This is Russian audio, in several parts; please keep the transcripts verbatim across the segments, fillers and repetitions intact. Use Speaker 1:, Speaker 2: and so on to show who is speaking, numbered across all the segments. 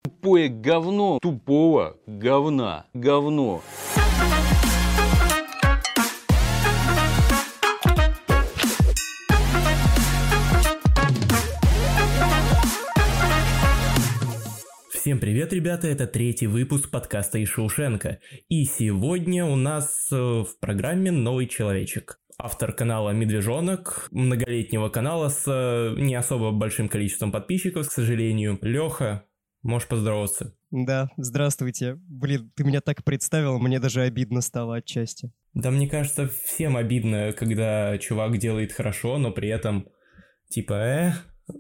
Speaker 1: Тупое говно тупого говна. Говно.
Speaker 2: Всем привет, ребята, это третий выпуск подкаста из Шоушенка. И сегодня у нас э, в программе новый человечек. Автор канала Медвежонок, многолетнего канала с э, не особо большим количеством подписчиков, к сожалению. Леха, можешь поздороваться?
Speaker 3: Да, здравствуйте. Блин, ты меня так представил, мне даже обидно стало отчасти.
Speaker 2: Да, мне кажется, всем обидно, когда чувак делает хорошо, но при этом типа э...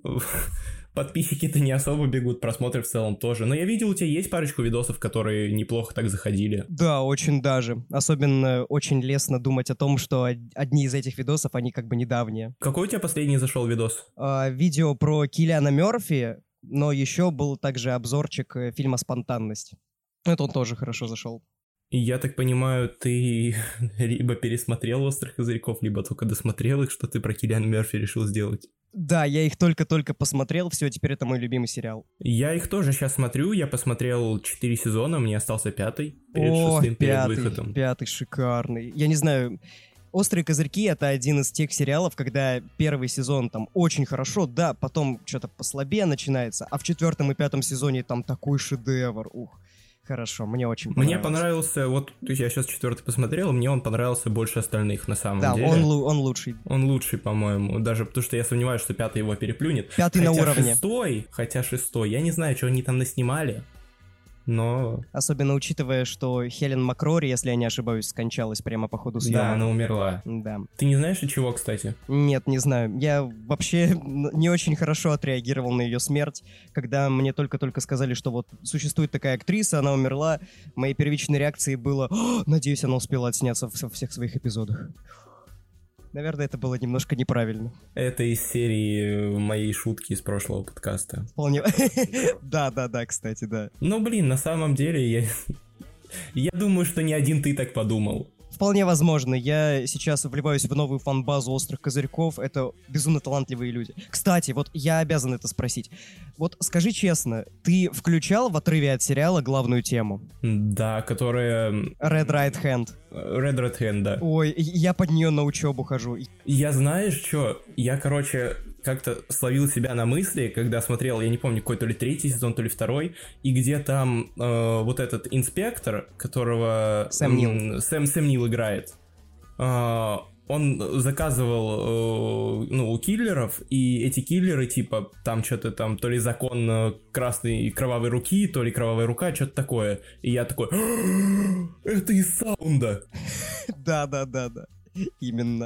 Speaker 2: подписчики-то не особо бегут, просмотры в целом тоже. Но я видел, у тебя есть парочку видосов, которые неплохо так заходили.
Speaker 3: Да, очень даже. Особенно очень лестно думать о том, что одни из этих видосов, они как бы недавние.
Speaker 2: Какой у тебя последний зашел видос?
Speaker 3: А, видео про Киллиана Мёрфи, но еще был также обзорчик фильма «Спонтанность». Это он тоже хорошо зашел.
Speaker 2: Я так понимаю, ты либо пересмотрел «Острых козырьков», либо только досмотрел их, что ты про Киллиана Мёрфи решил сделать.
Speaker 3: Да, я их только-только посмотрел, все, теперь это мой любимый сериал.
Speaker 2: Я их тоже сейчас смотрю, я посмотрел четыре сезона, мне остался пятый, перед
Speaker 3: О,
Speaker 2: шестым,
Speaker 3: пятый,
Speaker 2: перед выходом.
Speaker 3: Пятый шикарный. Я не знаю, «Острые козырьки» — это один из тех сериалов, когда первый сезон там очень хорошо, да, потом что-то послабее начинается, а в четвертом и пятом сезоне там такой шедевр, ух. Хорошо, мне очень понравилось.
Speaker 2: Мне понравился, вот я сейчас четвертый посмотрел, мне он понравился больше остальных на самом
Speaker 3: да,
Speaker 2: деле.
Speaker 3: Да, он, он лучший.
Speaker 2: Он лучший, по-моему, даже потому что я сомневаюсь, что пятый его переплюнет.
Speaker 3: Пятый
Speaker 2: хотя
Speaker 3: на уровне.
Speaker 2: Шестой, хотя шестой, я не знаю, что они там наснимали, но...
Speaker 3: Особенно учитывая, что Хелен Макрори, если я не ошибаюсь, скончалась прямо по ходу съемок.
Speaker 2: Да, она умерла.
Speaker 3: Да.
Speaker 2: Ты не знаешь, от чего, кстати?
Speaker 3: Нет, не знаю. Я вообще не очень хорошо отреагировал на ее смерть. Когда мне только-только сказали, что вот существует такая актриса, она умерла, моей первичной реакцией было: надеюсь, она успела отсняться во всех своих эпизодах. Наверное, это было немножко неправильно.
Speaker 2: Это из серии моей шутки из прошлого подкаста.
Speaker 3: Вполне. Да-да-да, кстати, да.
Speaker 2: Ну, блин, на самом деле, я... я думаю, что не один ты так подумал.
Speaker 3: Вполне возможно. Я сейчас вливаюсь в новую фан-базу «Острых козырьков». Это безумно талантливые люди. Кстати, вот я обязан это спросить. Вот скажи честно, ты включал в отрыве от сериала главную тему?
Speaker 2: Да, которая...
Speaker 3: Red Right Hand.
Speaker 2: Red Right Hand, да.
Speaker 3: Ой, я под нее на учебу хожу.
Speaker 2: Я знаешь что? Я, короче, как-то словил себя на мысли, когда смотрел, я не помню, какой то ли третий сезон, то ли второй, и где там э, вот этот инспектор, которого...
Speaker 3: Сэм Нил.
Speaker 2: Э, Сэм, Сэм Нил играет. Э, он заказывал, э, ну, у киллеров, и эти киллеры, типа, там что-то там, то ли закон э, красной кровавой руки, то ли кровавая рука, что-то такое. И я такой: это из Саунда!
Speaker 3: Да-да-да-да, именно.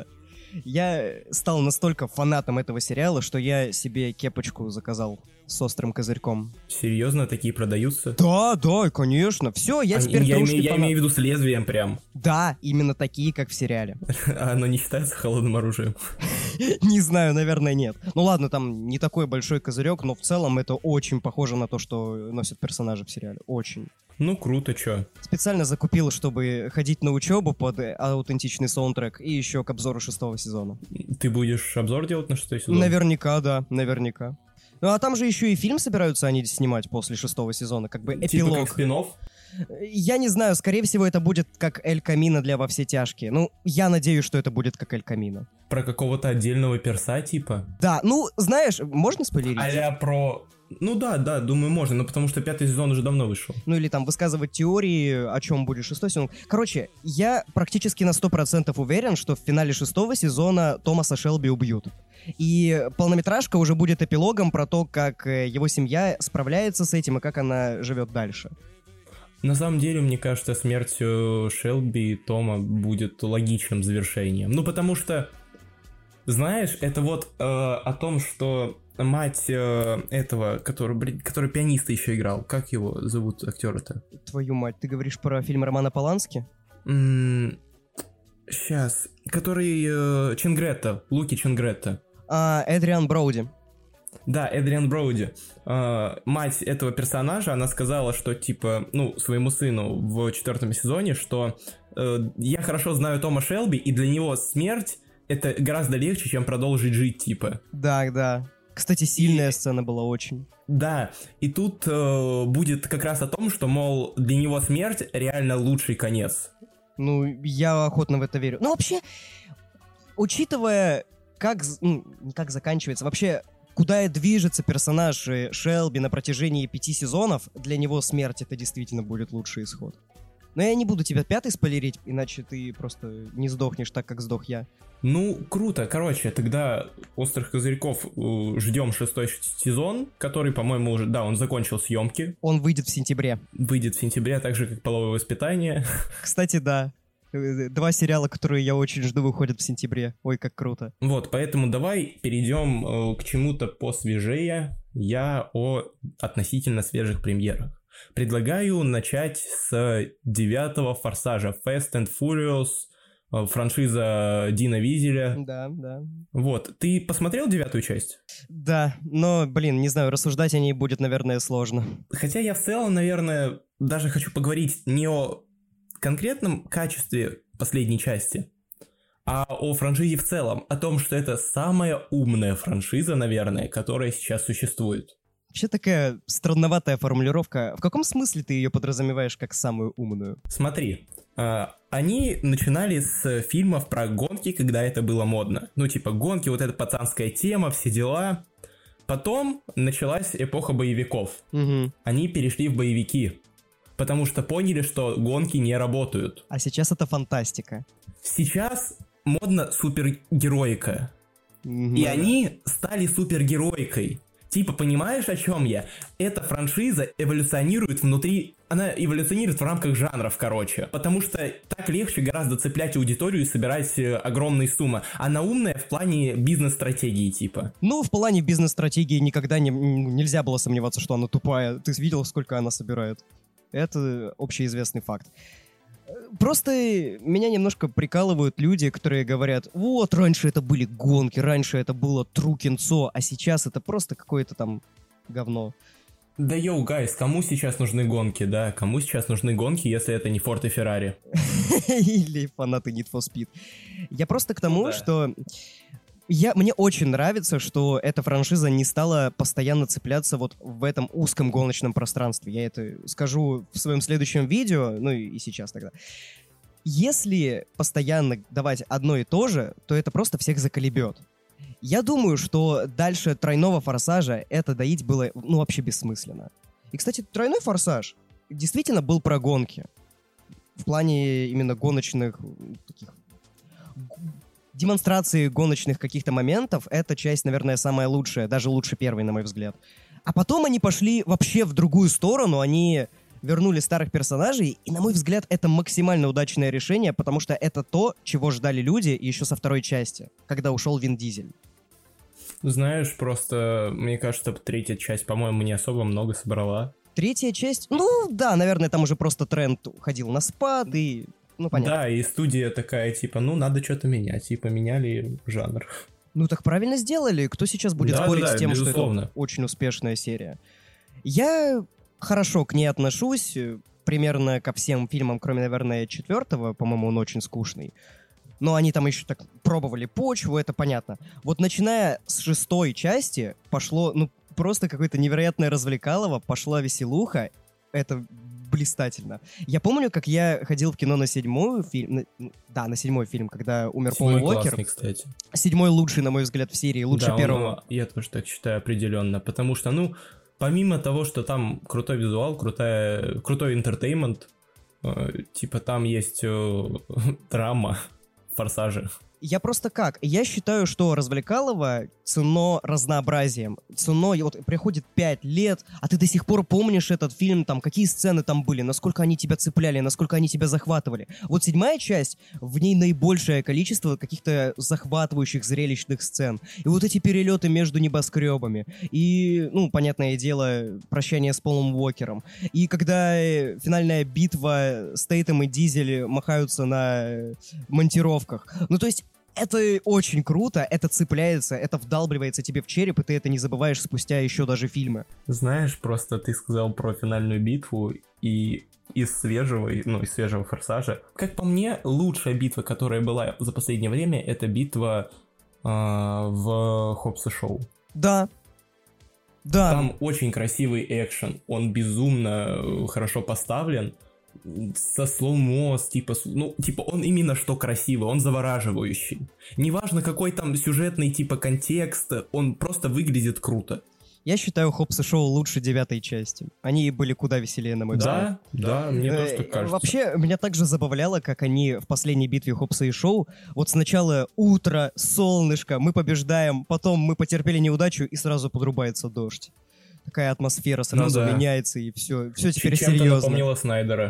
Speaker 3: Я стал настолько фанатом этого сериала, что я себе кепочку заказал с острым козырьком.
Speaker 2: Серьезно, такие продаются?
Speaker 3: Да, да, конечно. Все, я
Speaker 2: а,
Speaker 3: теперь
Speaker 2: я,
Speaker 3: трушный
Speaker 2: имею, я
Speaker 3: фанат.
Speaker 2: имею в виду с лезвием прям.
Speaker 3: Да, именно такие, как в сериале.
Speaker 2: А оно не считается холодным оружием?
Speaker 3: Не знаю, наверное, нет. Ну ладно, там не такой большой козырек, но в целом это очень похоже на то, что носят персонажи в сериале. Очень.
Speaker 2: Ну, круто, чё.
Speaker 3: Специально закупил, чтобы ходить на учебу под аутентичный саундтрек и еще к обзору шестого сезона.
Speaker 2: Ты будешь обзор делать на шестой сезон?
Speaker 3: Наверняка, да, наверняка. Ну а там же еще и фильм собираются они снимать после шестого сезона, как бы эпилог.
Speaker 2: Типа как спин-офф?
Speaker 3: Я не знаю, скорее всего это будет как Эль Камино для «Во все тяжкие». Ну, я надеюсь, что это будет как Эль Камино.
Speaker 2: Про какого-то отдельного перса, типа?
Speaker 3: Да, ну, знаешь, можно спойлерить?
Speaker 2: А-ля про... Ну да, да, думаю, можно, но потому что пятый сезон уже давно вышел.
Speaker 3: Ну или там высказывать теории, о чем будет шестой сезон. Короче, я практически на сто процентов уверен, что в финале шестого сезона Томаса Шелби убьют. И полнометражка уже будет эпилогом про то, как его семья справляется с этим и как она живет дальше.
Speaker 2: На самом деле, мне кажется, смерть Шелби и Тома будет логичным завершением. Ну, потому что, знаешь, это вот э, о том, что мать э, этого, который, блин, который пианиста еще играл, как его зовут актера-то?
Speaker 3: Твою мать, ты говоришь про фильм Романа Полански?
Speaker 2: М-м- сейчас, который э, Чингретта, Луки Чингретта.
Speaker 3: А, Эдриан Броуди.
Speaker 2: Да, Эдриан Броуди. Э, мать этого персонажа, она сказала, что, типа, ну, своему сыну в четвертом сезоне, что э, я хорошо знаю Тома Шелби, и для него смерть — это гораздо легче, чем продолжить жить, типа.
Speaker 3: Да, да. Кстати, сильная и... сцена была очень.
Speaker 2: Да, и тут э, будет как раз о том, что, мол, для него смерть реально лучший конец.
Speaker 3: Ну, я охотно в это верю. Ну, вообще, учитывая, как, ну, не как заканчивается, вообще, куда движется персонаж Шелби на протяжении пяти сезонов, для него смерть это действительно будет лучший исход. Но я не буду тебя пятый спойлерить, иначе ты просто не сдохнешь так, как сдох я.
Speaker 2: Ну, круто. Короче, тогда «Острых козырьков» ждем шестой сезон, который, по-моему, уже, да, он закончил съемки.
Speaker 3: Он выйдет в сентябре.
Speaker 2: Выйдет в сентябре, так же, как «Половое воспитание».
Speaker 3: Кстати, да. Два сериала, которые я очень жду, выходят в сентябре. Ой, как круто.
Speaker 2: Вот, поэтому давай перейдем к чему-то посвежее. Я о относительно свежих премьерах. Предлагаю начать с девятого «Форсажа», Fast and Furious, франшиза Дина Визеля.
Speaker 3: Да, да.
Speaker 2: Вот, ты посмотрел девятую часть?
Speaker 3: Да, но, блин, не знаю, рассуждать о ней будет, наверное, сложно.
Speaker 2: Хотя я в целом, наверное, даже хочу поговорить не о конкретном качестве последней части, а о франшизе в целом, о том, что это самая умная франшиза, наверное, которая сейчас существует.
Speaker 3: Вообще такая странноватая формулировка. В каком смысле ты ее подразумеваешь как самую умную?
Speaker 2: Смотри, э, они начинали с фильмов про гонки, когда это было модно. Ну, типа, гонки, вот эта пацанская тема, все дела. Потом началась эпоха боевиков.
Speaker 3: Угу. Они
Speaker 2: перешли в боевики, потому что поняли, что гонки не работают.
Speaker 3: А сейчас это фантастика.
Speaker 2: Сейчас модно супергероика.
Speaker 3: Угу.
Speaker 2: И они стали супергероикой. Типа, понимаешь, о чем я? Эта франшиза эволюционирует внутри... Она эволюционирует в рамках жанров, короче. Потому что так легче гораздо цеплять аудиторию и собирать огромные суммы. Она умная в плане бизнес-стратегии, типа.
Speaker 3: Ну, в плане бизнес-стратегии никогда не, нельзя было сомневаться, что она тупая. Ты видел, сколько она собирает? Это общеизвестный факт. Просто меня немножко прикалывают люди, которые говорят: вот, раньше это были гонки, раньше это было тру кинцо, а сейчас это просто какое-то там говно.
Speaker 2: Да йоу, гайс, кому сейчас нужны гонки, да? Кому сейчас нужны гонки, если это не Форд и Феррари?
Speaker 3: Или фанаты Need for Speed. Я просто к тому, что... Я, мне очень нравится, что эта франшиза не стала постоянно цепляться вот в этом узком гоночном пространстве. Я это скажу в своем следующем видео, ну и, и сейчас тогда. Если постоянно давать одно и то же, то это просто всех заколебет. Я думаю, что дальше тройного форсажа это доить было, ну, вообще бессмысленно. И, кстати, тройной форсаж действительно был про гонки. В плане именно гоночных таких... демонстрации гоночных каких-то моментов, эта часть, наверное, самая лучшая, даже лучше первой, на мой взгляд. А потом они пошли вообще в другую сторону, они вернули старых персонажей, и, на мой взгляд, это максимально удачное решение, потому что это то, чего ждали люди еще со второй части, когда ушел Вин Дизель.
Speaker 2: Знаешь, просто, мне кажется, третья часть, по-моему, не особо много собрала.
Speaker 3: Третья часть? Ну, да, наверное, там уже просто тренд ходил на спад, и... Ну, понятно.
Speaker 2: Да, и студия такая, типа, ну, надо что-то менять. И поменяли жанр.
Speaker 3: Ну, так правильно сделали. Кто сейчас будет
Speaker 2: да,
Speaker 3: спорить
Speaker 2: да,
Speaker 3: с тем,
Speaker 2: безусловно.
Speaker 3: что это очень успешная серия? Я хорошо к ней отношусь. Примерно ко всем фильмам, кроме, наверное, четвертого. По-моему, он очень скучный. Но они там еще так пробовали почву, это понятно. Вот начиная с шестой части пошло, ну, просто какое-то невероятное развлекалово. Пошла веселуха. Это... блистательно. Я помню, как я ходил в кино на седьмой фильм, на, да, на седьмой фильм, когда умер Пол Уокер.
Speaker 2: Седьмой классный, кстати.
Speaker 3: Седьмой лучший, на мой взгляд, в серии, лучше
Speaker 2: да,
Speaker 3: первого.
Speaker 2: Он, я тоже так считаю определенно, потому что, ну, помимо того, что там крутой визуал, крутая, крутой интертеймент, э, типа там есть э, драма, форсажи. Я
Speaker 3: просто как? Я считаю, что развлекалово ценно разнообразием. Ценно, вот приходит пять лет, а ты до сих пор помнишь этот фильм, там, какие сцены там были, насколько они тебя цепляли, насколько они тебя захватывали. Вот седьмая часть, в ней наибольшее количество каких-то захватывающих зрелищных сцен. И вот эти перелеты между небоскребами. И, ну, понятное дело, прощание с Полом Уокером. И когда финальная битва Стейтем и Дизель махаются на монтировках. Ну, то есть это очень круто, это цепляется, это вдалбливается тебе в череп, и ты это не забываешь спустя еще даже фильмы.
Speaker 2: Знаешь, просто ты сказал про финальную битву, и из свежего, ну, из свежего форсажа. Как по мне, лучшая битва, которая была за последнее время, это битва э, в Хоббс и Шоу.
Speaker 3: Да, Да.
Speaker 2: Там очень красивый экшен, он безумно хорошо поставлен, со слоумо, типа, ну, типа, он именно что красивый, он завораживающий. Неважно, какой там сюжетный, типа, контекст, он просто выглядит круто.
Speaker 3: Я считаю Хоббс и Шоу лучше девятой части. Они были куда веселее, на мой взгляд.
Speaker 2: Да, да, мне тоже так кажется.
Speaker 3: Вообще, меня также забавляло, как они в последней битве Хоббса и Шоу, вот сначала утро, солнышко, мы побеждаем, потом мы потерпели неудачу, и сразу подрубается дождь. Такая атмосфера сразу
Speaker 2: ну, да.
Speaker 3: меняется, и все, все теперь
Speaker 2: Чем-то
Speaker 3: серьезно.
Speaker 2: напомнило Снайдера.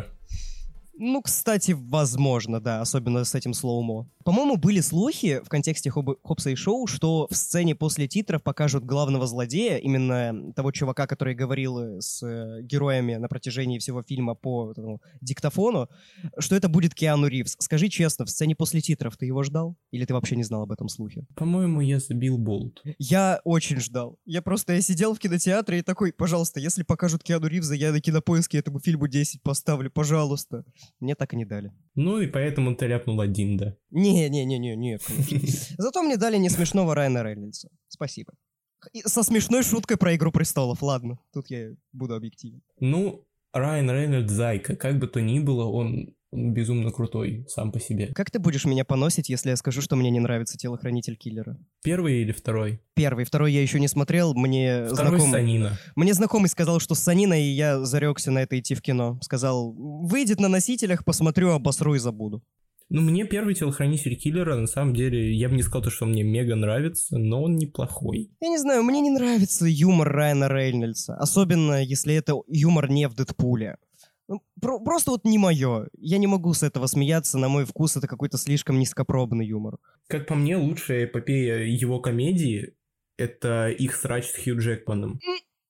Speaker 3: Ну, кстати, возможно, да, особенно с этим слоумо. По-моему, были слухи в контексте Хоб- Хоббса и Шоу, что в сцене после титров покажут главного злодея, именно того чувака, который говорил с э, героями на протяжении всего фильма по этому диктофону, что это будет Киану Ривз. Скажи честно, в сцене после титров ты его ждал? Или ты вообще не знал об этом слухе?
Speaker 2: По-моему, я забил болт.
Speaker 3: Я очень ждал. Я просто, я сидел в кинотеатре и такой, пожалуйста, если покажут Киану Ривза, я на Кинопоиске этому фильму десять поставлю, пожалуйста. Мне так и не дали.
Speaker 2: Ну и поэтому ты ляпнул один, да.
Speaker 3: Не-не-не-не, нет, конечно. Зато мне дали не смешного Райана Рейнольдса. Спасибо. И со смешной шуткой про «Игру престолов». Ладно, тут я буду объективен.
Speaker 2: Ну, Райан Рейнольдс зайка. Как бы то ни было, он безумно крутой сам по себе.
Speaker 3: Как ты будешь меня поносить, если я скажу, что мне не нравится «Телохранитель киллера»?
Speaker 2: Первый или второй?
Speaker 3: Первый. Второй я еще не смотрел. Мне
Speaker 2: Второй
Speaker 3: знакомый...
Speaker 2: Санина.
Speaker 3: Мне знакомый сказал, что с Саниной, и я зарекся на это идти в кино. Сказал, выйдет на носителях, посмотрю, обосру и забуду.
Speaker 2: Ну, мне первый «Телохранитель киллера», на самом деле, я бы не сказал, что мне мега нравится, но он неплохой.
Speaker 3: Я не знаю, мне не нравится юмор Райана Рейнольдса. Особенно, если это юмор не в «Дэдпуле». Ну, про- просто вот не мое. Я не могу с этого смеяться, на мой вкус это какой-то слишком низкопробный юмор.
Speaker 2: Как по мне, лучшая эпопея его комедии — это их срач с Хью Джекманом.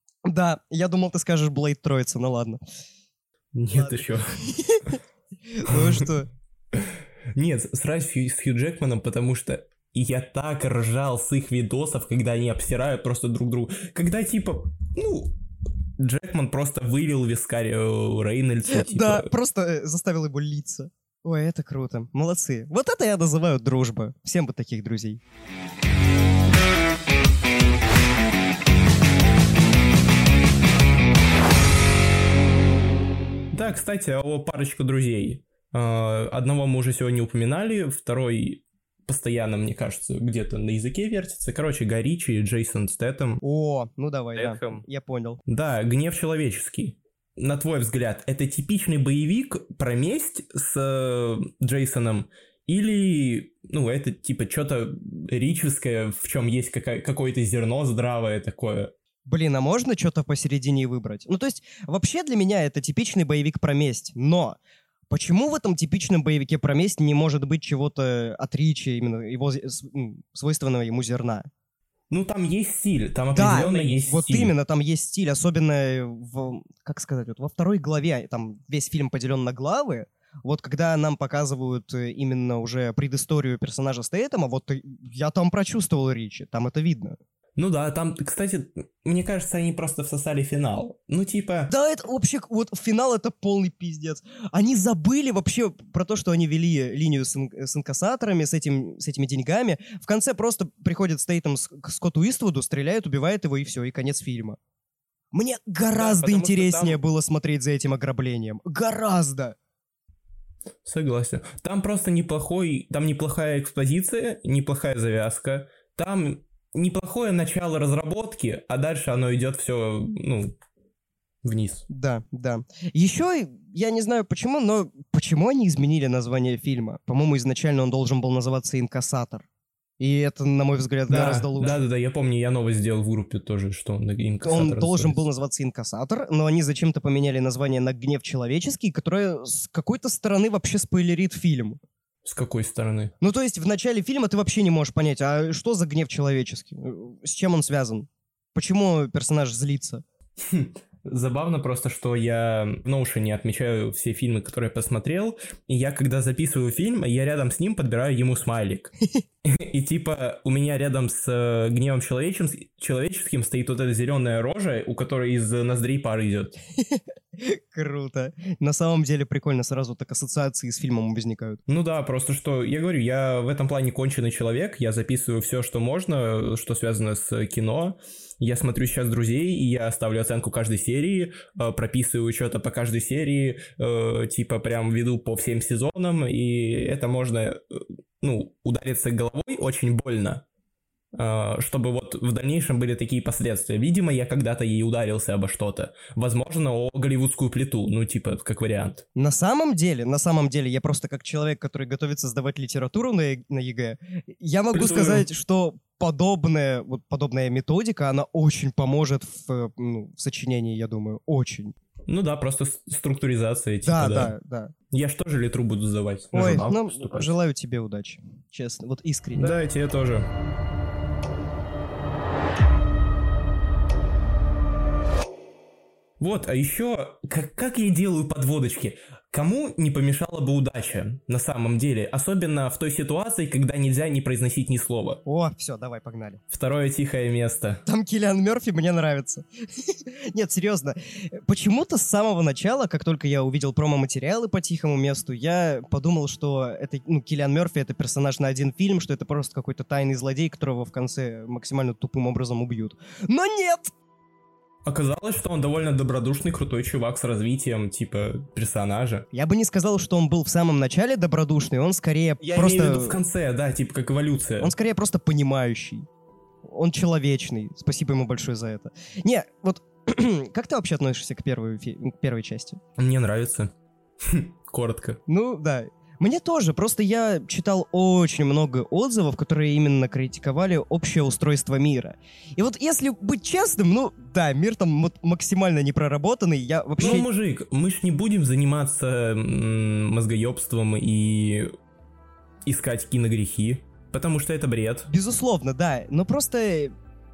Speaker 3: Да, я думал, ты скажешь Блейд Троица, ну ладно.
Speaker 2: Нет
Speaker 3: Ладно.
Speaker 2: еще.
Speaker 3: Ну что?
Speaker 2: Нет, срач с Хью, с Хью Джекманом, потому что я так ржал с их видосов, когда они обсирают просто друг друга. Когда типа, ну... Джекман просто вылил вискарь Рейнольдса. Типа...
Speaker 3: Да, просто э, заставил его литься. Ой, это круто. Молодцы. Вот это я называю дружба. Всем бы таких друзей.
Speaker 2: Да, кстати, о парочку друзей. Одного мы уже сегодня упоминали, второй постоянно, мне кажется, где-то на языке вертится. Короче, Гай Ричи и Джейсон Стэтэм.
Speaker 3: О, ну давай, да.
Speaker 2: Стэтхэм.
Speaker 3: Я понял.
Speaker 2: Да, «Гнев человеческий». На твой взгляд, это типичный боевик про месть с э, Джейсоном? Или, ну, это типа что-то ричевское, в чем есть какая- какое-то зерно здравое такое?
Speaker 3: Блин, а можно что-то посередине выбрать? Ну, то есть, вообще для меня это типичный боевик про месть, но почему в этом типичном боевике про месть не может быть чего-то от Ричи, именно его с- м, свойственного ему зерна?
Speaker 2: Ну, там есть стиль, там
Speaker 3: Да,
Speaker 2: определенно есть
Speaker 3: вот
Speaker 2: стиль.
Speaker 3: именно, там есть стиль, особенно в, как сказать, вот во второй главе, там весь фильм поделен на главы, вот когда нам показывают э, именно уже предысторию персонажа Стэйтема, вот э, я там прочувствовал Ричи, там это видно.
Speaker 2: Ну да, там, кстати, мне кажется, они просто всосали финал. Ну, типа...
Speaker 3: Да, это вообще, вот финал это полный пиздец. Они забыли вообще про то, что они вели линию с, ин- с инкассаторами, с, этим, с этими деньгами. В конце просто приходит Стейтем с- к Скотту Иствуду, стреляет, убивает его, и все, и конец фильма. Мне гораздо
Speaker 2: потому что
Speaker 3: интереснее
Speaker 2: там-
Speaker 3: было смотреть за этим ограблением. Гораздо!
Speaker 2: Согласен. Там просто неплохой... Там неплохая экспозиция, неплохая завязка. Там неплохое начало разработки, а дальше оно идет все, ну, вниз.
Speaker 3: Да, да. Еще, я не знаю почему, но почему они изменили название фильма? По-моему, изначально он должен был называться «Инкассатор». И это, на мой взгляд, гораздо лучше.
Speaker 2: Да, да, да, я помню, я новость сделал в группе тоже, что он инкассатор.
Speaker 3: Он должен был
Speaker 2: называется.
Speaker 3: называться «Инкассатор», но они зачем-то поменяли название на «Гнев человеческий», которое с какой-то стороны вообще спойлерит фильм.
Speaker 2: С какой стороны?
Speaker 3: Ну, то есть в начале фильма ты вообще не можешь понять, а что за гнев человеческий? С чем он связан? Почему персонаж злится?
Speaker 2: Забавно просто, что я в Notion отмечаю все фильмы, которые я посмотрел, и я, когда записываю фильм, я рядом с ним подбираю ему смайлик. И типа у меня рядом с э, гневом человеческим, человеческим стоит вот эта зеленая рожа, у которой из ноздрей пар идет.
Speaker 3: Круто. На самом деле прикольно, сразу так ассоциации с фильмом возникают.
Speaker 2: Ну да, просто что, я говорю, я в этом плане конченый человек, я записываю все, что можно, что связано с кино, Я смотрю сейчас «Друзей», и я ставлю оценку каждой серии, э, прописываю что-то по каждой серии, э, типа прям веду по всем сезонам, и это можно, э, ну, удариться головой очень больно, э, чтобы вот в дальнейшем были такие последствия. Видимо, я когда-то ей ударился обо что-то. Возможно, о голливудскую плиту, ну, типа, как вариант.
Speaker 3: На самом деле, на самом деле, я просто как человек, который готовится сдавать литературу на, на ЕГЭ, я могу
Speaker 2: Призываю.
Speaker 3: сказать, что подобная, вот подобная методика, она очень поможет в, ну, в сочинении, я думаю, очень.
Speaker 2: Ну да, просто с- структуризация, типа,
Speaker 3: Да,
Speaker 2: да.
Speaker 3: да, да.
Speaker 2: Я ж тоже литру буду сдавать. на
Speaker 3: Ой,
Speaker 2: журнал
Speaker 3: ну,
Speaker 2: поступать.
Speaker 3: желаю тебе удачи, честно, вот искренне.
Speaker 2: Да, и тебе тоже. Вот, а еще, как, как я делаю подводочки? Кому не помешала бы удача, на самом деле? Особенно в той ситуации, когда нельзя не произносить ни слова.
Speaker 3: О, все, давай, погнали.
Speaker 2: Второе тихое место.
Speaker 3: Там Киллиан Мёрфи мне нравится. Нет, серьезно. Почему-то с самого начала, как только я увидел промо-материалы по «Тихому месту», я подумал, что это, ну, Киллиан Мёрфи — это персонаж на один фильм, что это просто какой-то тайный злодей, которого в конце максимально тупым образом убьют. Но нет!
Speaker 2: Оказалось, что он довольно добродушный, крутой чувак с развитием, типа, персонажа.
Speaker 3: Я бы не сказал, что он был в самом начале добродушный, он скорее
Speaker 2: Я
Speaker 3: просто...
Speaker 2: имею в виду в конце, да, типа, как эволюция.
Speaker 3: Он скорее просто понимающий. Он человечный. Спасибо ему большое за это. Не, вот как ты вообще относишься к первой, фи- к первой части?
Speaker 2: Мне нравится. Коротко.
Speaker 3: Ну, да. Мне тоже, просто я читал очень много отзывов, которые именно критиковали общее устройство мира. И вот если быть честным, ну, да, мир там вот максимально непроработанный, я вообще...
Speaker 2: Ну, мужик, мы ж не будем заниматься м, мозгоебством и искать киногрехи, потому что это бред.
Speaker 3: Безусловно, да, но просто...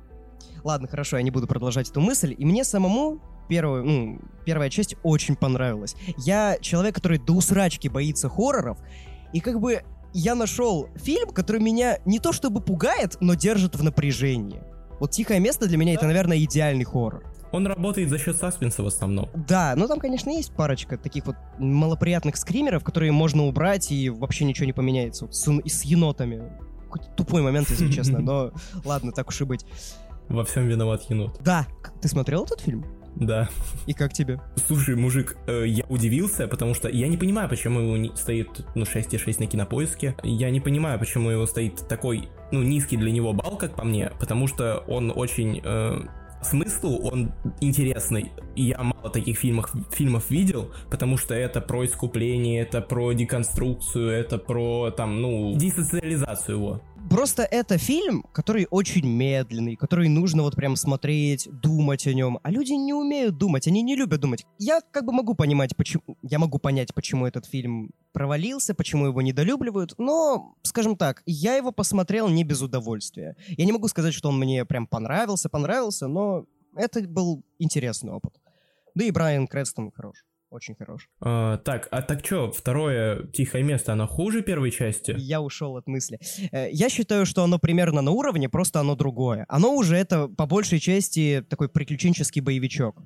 Speaker 3: Ладно, хорошо, я не буду продолжать эту мысль. И мне самому первую, ну, первая часть очень понравилась. Я человек, который до усрачки боится хорроров, и как бы я нашел фильм, который меня не то чтобы пугает, но держит в напряжении. Вот «Тихое место» для меня это, наверное, идеальный хоррор.
Speaker 2: Он работает за счет саспенса в основном.
Speaker 3: Да, ну там, конечно, есть парочка таких вот малоприятных скримеров, которые можно убрать, и вообще ничего не поменяется. Вот с, с енотами. Какой-то тупой момент, если честно, но ладно, так уж и быть.
Speaker 2: Во всем виноват енот.
Speaker 3: Да, ты смотрел этот фильм?
Speaker 2: Да.
Speaker 3: И как тебе?
Speaker 2: Слушай, мужик, э, я удивился, потому что я не понимаю, почему его не стоит, ну, шесть и шесть на Кинопоиске. Я не понимаю, почему его стоит такой, ну, низкий для него балл, как по мне, потому что он очень... Э, смыслу он интересный. И я мало таких фильмов, фильмов видел, потому что это про искупление, это про деконструкцию, это про, там, ну, десоциализацию его.
Speaker 3: Просто это фильм, который очень медленный, который нужно вот прям смотреть, думать о нем. А люди не умеют думать, они не любят думать. Я как бы могу понимать, почему... Я могу понять, почему этот фильм провалился, почему его недолюбливают, но, скажем так, я его посмотрел не без удовольствия. Я не могу сказать, что он мне прям понравился, понравился, но это был интересный опыт. Да и Брайан Крэнстон хорош. Очень хорош.
Speaker 2: А, так, а так что, второе «Тихое место», оно хуже первой части?
Speaker 3: Я ушел от мысли. Э, Я считаю, что оно примерно на уровне, просто оно другое. Оно уже это, по большей части, такой приключенческий боевичок.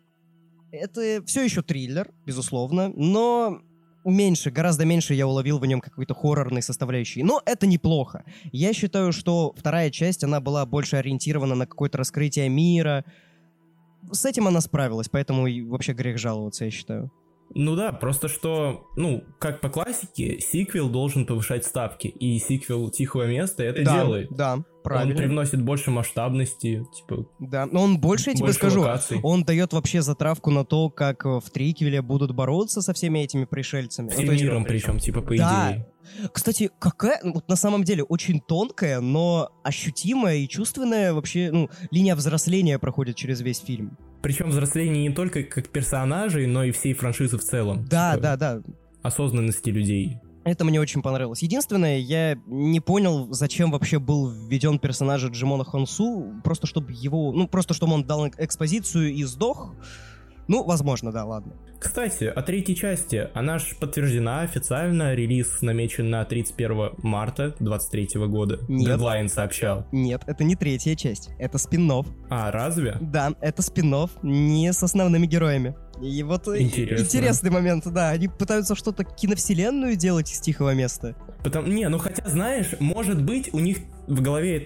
Speaker 3: Это все еще триллер, безусловно, но меньше, гораздо меньше я уловил в нем какой-то хоррорной составляющей. Но это неплохо. Я считаю, что вторая часть, она была больше ориентирована на какое-то раскрытие мира. С этим она справилась, поэтому и вообще грех жаловаться, я считаю.
Speaker 2: Ну да, просто что, ну, как по классике, сиквел должен повышать ставки, и сиквел «Тихого места» это
Speaker 3: да,
Speaker 2: делает.
Speaker 3: Да, правильно.
Speaker 2: Он привносит больше масштабности, типа...
Speaker 3: Да, но он больше, я тебе
Speaker 2: больше
Speaker 3: скажу,
Speaker 2: локаций.
Speaker 3: он дает вообще затравку на то, как в триквеле будут бороться со всеми этими пришельцами. Ну,
Speaker 2: Всем
Speaker 3: то есть-
Speaker 2: миром причем, типа, по
Speaker 3: Да.
Speaker 2: идее.
Speaker 3: Кстати, какая, ну, вот на самом деле, очень тонкая, но ощутимая и чувственная вообще, ну, линия взросления проходит через весь фильм.
Speaker 2: Причем взросление не только как персонажей, но и всей франшизы в целом.
Speaker 3: Да,
Speaker 2: Типа,
Speaker 3: да, да.
Speaker 2: осознанности людей.
Speaker 3: Это мне очень понравилось. Единственное, я не понял, зачем вообще был введен персонаж Джимона Хонсу, просто чтобы его, ну, просто чтобы он дал экспозицию и сдох. Ну, возможно, да, ладно.
Speaker 2: Кстати, о третьей части. Она ж подтверждена официально. Релиз намечен на тридцать первого марта двадцать третьего года.
Speaker 3: Нет.
Speaker 2: Дедлайн сообщал.
Speaker 3: Нет, это не третья часть, это спин-офф.
Speaker 2: А, разве?
Speaker 3: Да, это спин-офф, не с основными героями. И вот э,
Speaker 2: Интересно.
Speaker 3: интересный момент, да, они пытаются что-то киновселенную делать из «Тихого места».
Speaker 2: Потому... Не, ну хотя, знаешь, может быть, у них в голове это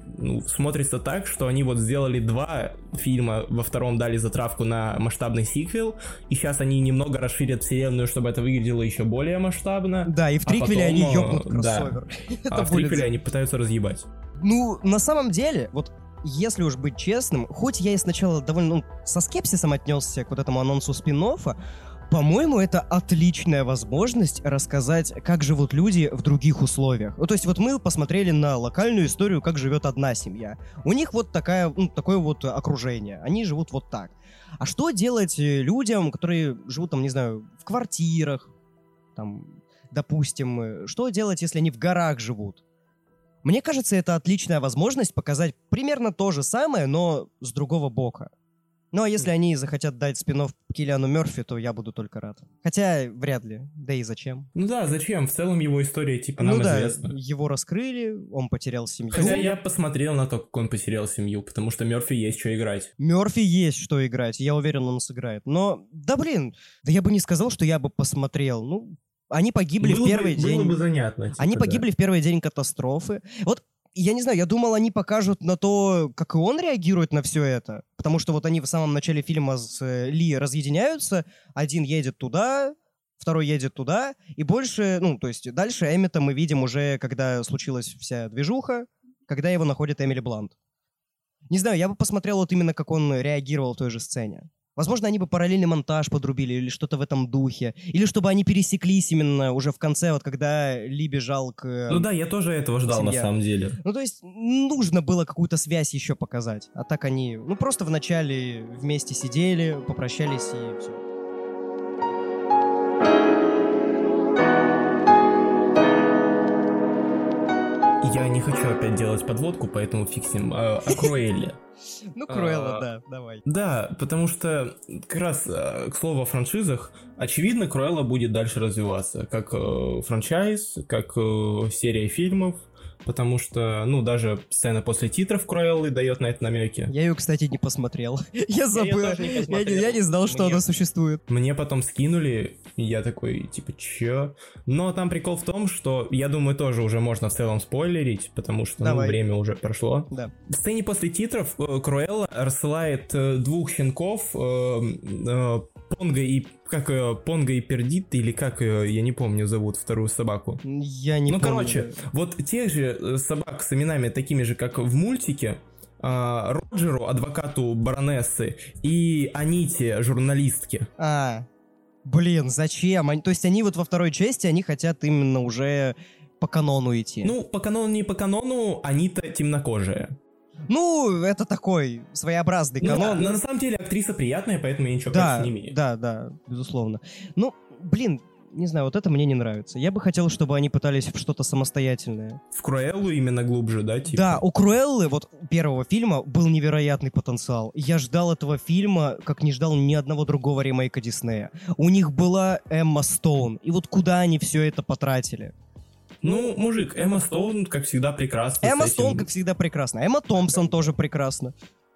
Speaker 2: ну, смотрится так, что они вот сделали два фильма, во втором дали затравку на масштабный сиквел, и сейчас они немного расширят вселенную, чтобы это выглядело еще более масштабно.
Speaker 3: Да, и в триквеле
Speaker 2: а потом,
Speaker 3: они ёбнут
Speaker 2: да.
Speaker 3: кроссовер.
Speaker 2: А в триквеле они пытаются разъебать.
Speaker 3: Ну, на самом деле, вот если уж быть честным, хоть я и сначала довольно ну, со скепсисом отнесся к вот этому анонсу спин-оффа, по-моему, это отличная возможность рассказать, как живут люди в других условиях. Ну, то есть вот мы посмотрели на локальную историю, как живет одна семья. У них вот такая, ну, такое вот окружение. Они живут вот так. А что делать людям, которые живут там, не знаю, в квартирах, там, допустим, что делать, если они в горах живут? Мне кажется, это отличная возможность показать примерно то же самое, но с другого бока. Ну, а если они захотят дать спин-офф Киллиану Мёрфи, то я буду только рад. Хотя, вряд ли. Да и зачем?
Speaker 2: Ну да, зачем? В целом его история, типа, нам
Speaker 3: ну, да,
Speaker 2: известна.
Speaker 3: Его раскрыли, он потерял семью.
Speaker 2: Хотя я посмотрел на то, как он потерял семью, потому что Мёрфи есть что играть.
Speaker 3: Мёрфи есть что играть, я уверен, он сыграет. Но, да блин, да я бы не сказал, что я бы посмотрел. Ну, они погибли
Speaker 2: было
Speaker 3: в первый
Speaker 2: бы,
Speaker 3: день.
Speaker 2: Было бы занятно. Типа,
Speaker 3: они погибли
Speaker 2: да.
Speaker 3: в первый день катастрофы. Вот я не знаю, я думал, они покажут на то, как и он реагирует на все это. Потому что вот они в самом начале фильма с э, Ли разъединяются. Один едет туда, второй едет туда. И больше, ну, то есть дальше Эммета мы видим уже, когда случилась вся движуха, когда его находит Эмили Блант. Не знаю, я бы посмотрел вот именно, как он реагировал в той же сцене. Возможно, они бы параллельный монтаж подрубили или что-то в этом духе. Или чтобы они пересеклись именно уже в конце, вот когда Ли бежал к...
Speaker 2: Ну да, я тоже этого ждал
Speaker 3: семья.
Speaker 2: На самом деле.
Speaker 3: Ну то есть нужно было какую-то связь еще показать. А так они, ну просто вначале вместе сидели, попрощались и все.
Speaker 2: Я не хочу опять делать подводку, поэтому фиксим. А, о Круэлле.
Speaker 3: Ну, Круэлла, да, давай.
Speaker 2: Да, потому что как раз, к слову о франшизах, очевидно, Круэлла будет дальше развиваться. Как франчайз, как серия фильмов. Потому что, ну, даже сцена после титров Круэллы дает на это намеки.
Speaker 3: Я ее, кстати, не посмотрел. Я забыл. Я, не, я, не, я не знал, что Мне... она существует.
Speaker 2: Мне потом скинули, и я такой, типа, чё? Но там прикол в том, что, я думаю, тоже уже можно в целом спойлерить, потому что, ну, время уже прошло.
Speaker 3: Да.
Speaker 2: В сцене после титров Круэлла рассылает двух щенков, э, э, Понго и... Как ее, Понго и Пердит, или как ее, я не помню, зовут вторую собаку.
Speaker 3: Я не
Speaker 2: ну,
Speaker 3: помню.
Speaker 2: Ну, короче, вот тех же собак с именами такими же, как в мультике, а, Роджеру, адвокату баронессы, и Аните, журналистке.
Speaker 3: А, блин, зачем? Они, то есть они вот во второй части, они хотят именно уже по канону идти.
Speaker 2: Ну, по канону не по канону, Анита темнокожая.
Speaker 3: Ну, это такой своеобразный канон.
Speaker 2: Ну, да, на самом деле актриса приятная, поэтому я ничего
Speaker 3: да,
Speaker 2: против не имею.
Speaker 3: Да, да, безусловно. Ну, блин, не знаю, вот это мне не нравится. Я бы хотел, чтобы они пытались в что-то самостоятельное.
Speaker 2: В Круэллу именно глубже, да? Типа?
Speaker 3: Да, у Круэллы, вот у первого фильма, был невероятный потенциал. Я ждал этого фильма, как не ждал ни одного другого ремейка Диснея. У них была Эмма Стоун. И вот куда они все это потратили?
Speaker 2: Ну, мужик, Эмма Стоун, как всегда, прекрасна.
Speaker 3: Эмма Стоун, как всегда, прекрасна. Эмма Томпсон тоже прекрасна.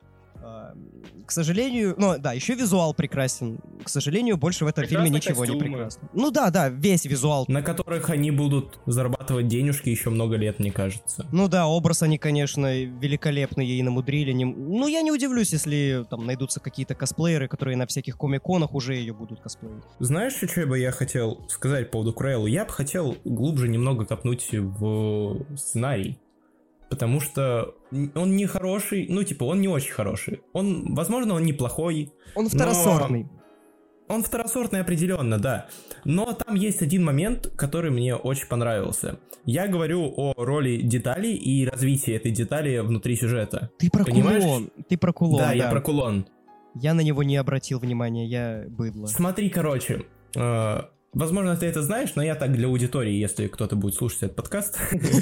Speaker 3: К сожалению, ну да, еще визуал прекрасен. К сожалению, больше в этом Прекрасно фильме ничего костюмы. Не прекрасно. Ну да, да, весь визуал.
Speaker 2: На которых они будут зарабатывать денежки еще много лет, мне кажется.
Speaker 3: Ну да, образ они, конечно, великолепно ей намудрили. Не... Ну я не удивлюсь, если там найдутся какие-то косплееры, которые на всяких комик-конах уже ее будут косплеить.
Speaker 2: Знаешь, что бы я хотел сказать по поводу Круэллы? Я бы хотел глубже немного копнуть в сценарий. Потому что он не хороший, ну, типа, он не очень хороший. Он, возможно, он неплохой.
Speaker 3: Он второсортный.
Speaker 2: Он второсортный определенно, да. Но там есть один момент, который мне очень понравился. Я говорю о роли деталей и развитии этой детали внутри сюжета.
Speaker 3: Ты про
Speaker 2: Понимаешь?
Speaker 3: кулон. Ты про кулон, да.
Speaker 2: Да, я про кулон.
Speaker 3: Я на него не обратил внимания, я быдло.
Speaker 2: Смотри, короче... Э- Возможно, ты это знаешь, но я так для аудитории, если кто-то будет слушать этот подкаст.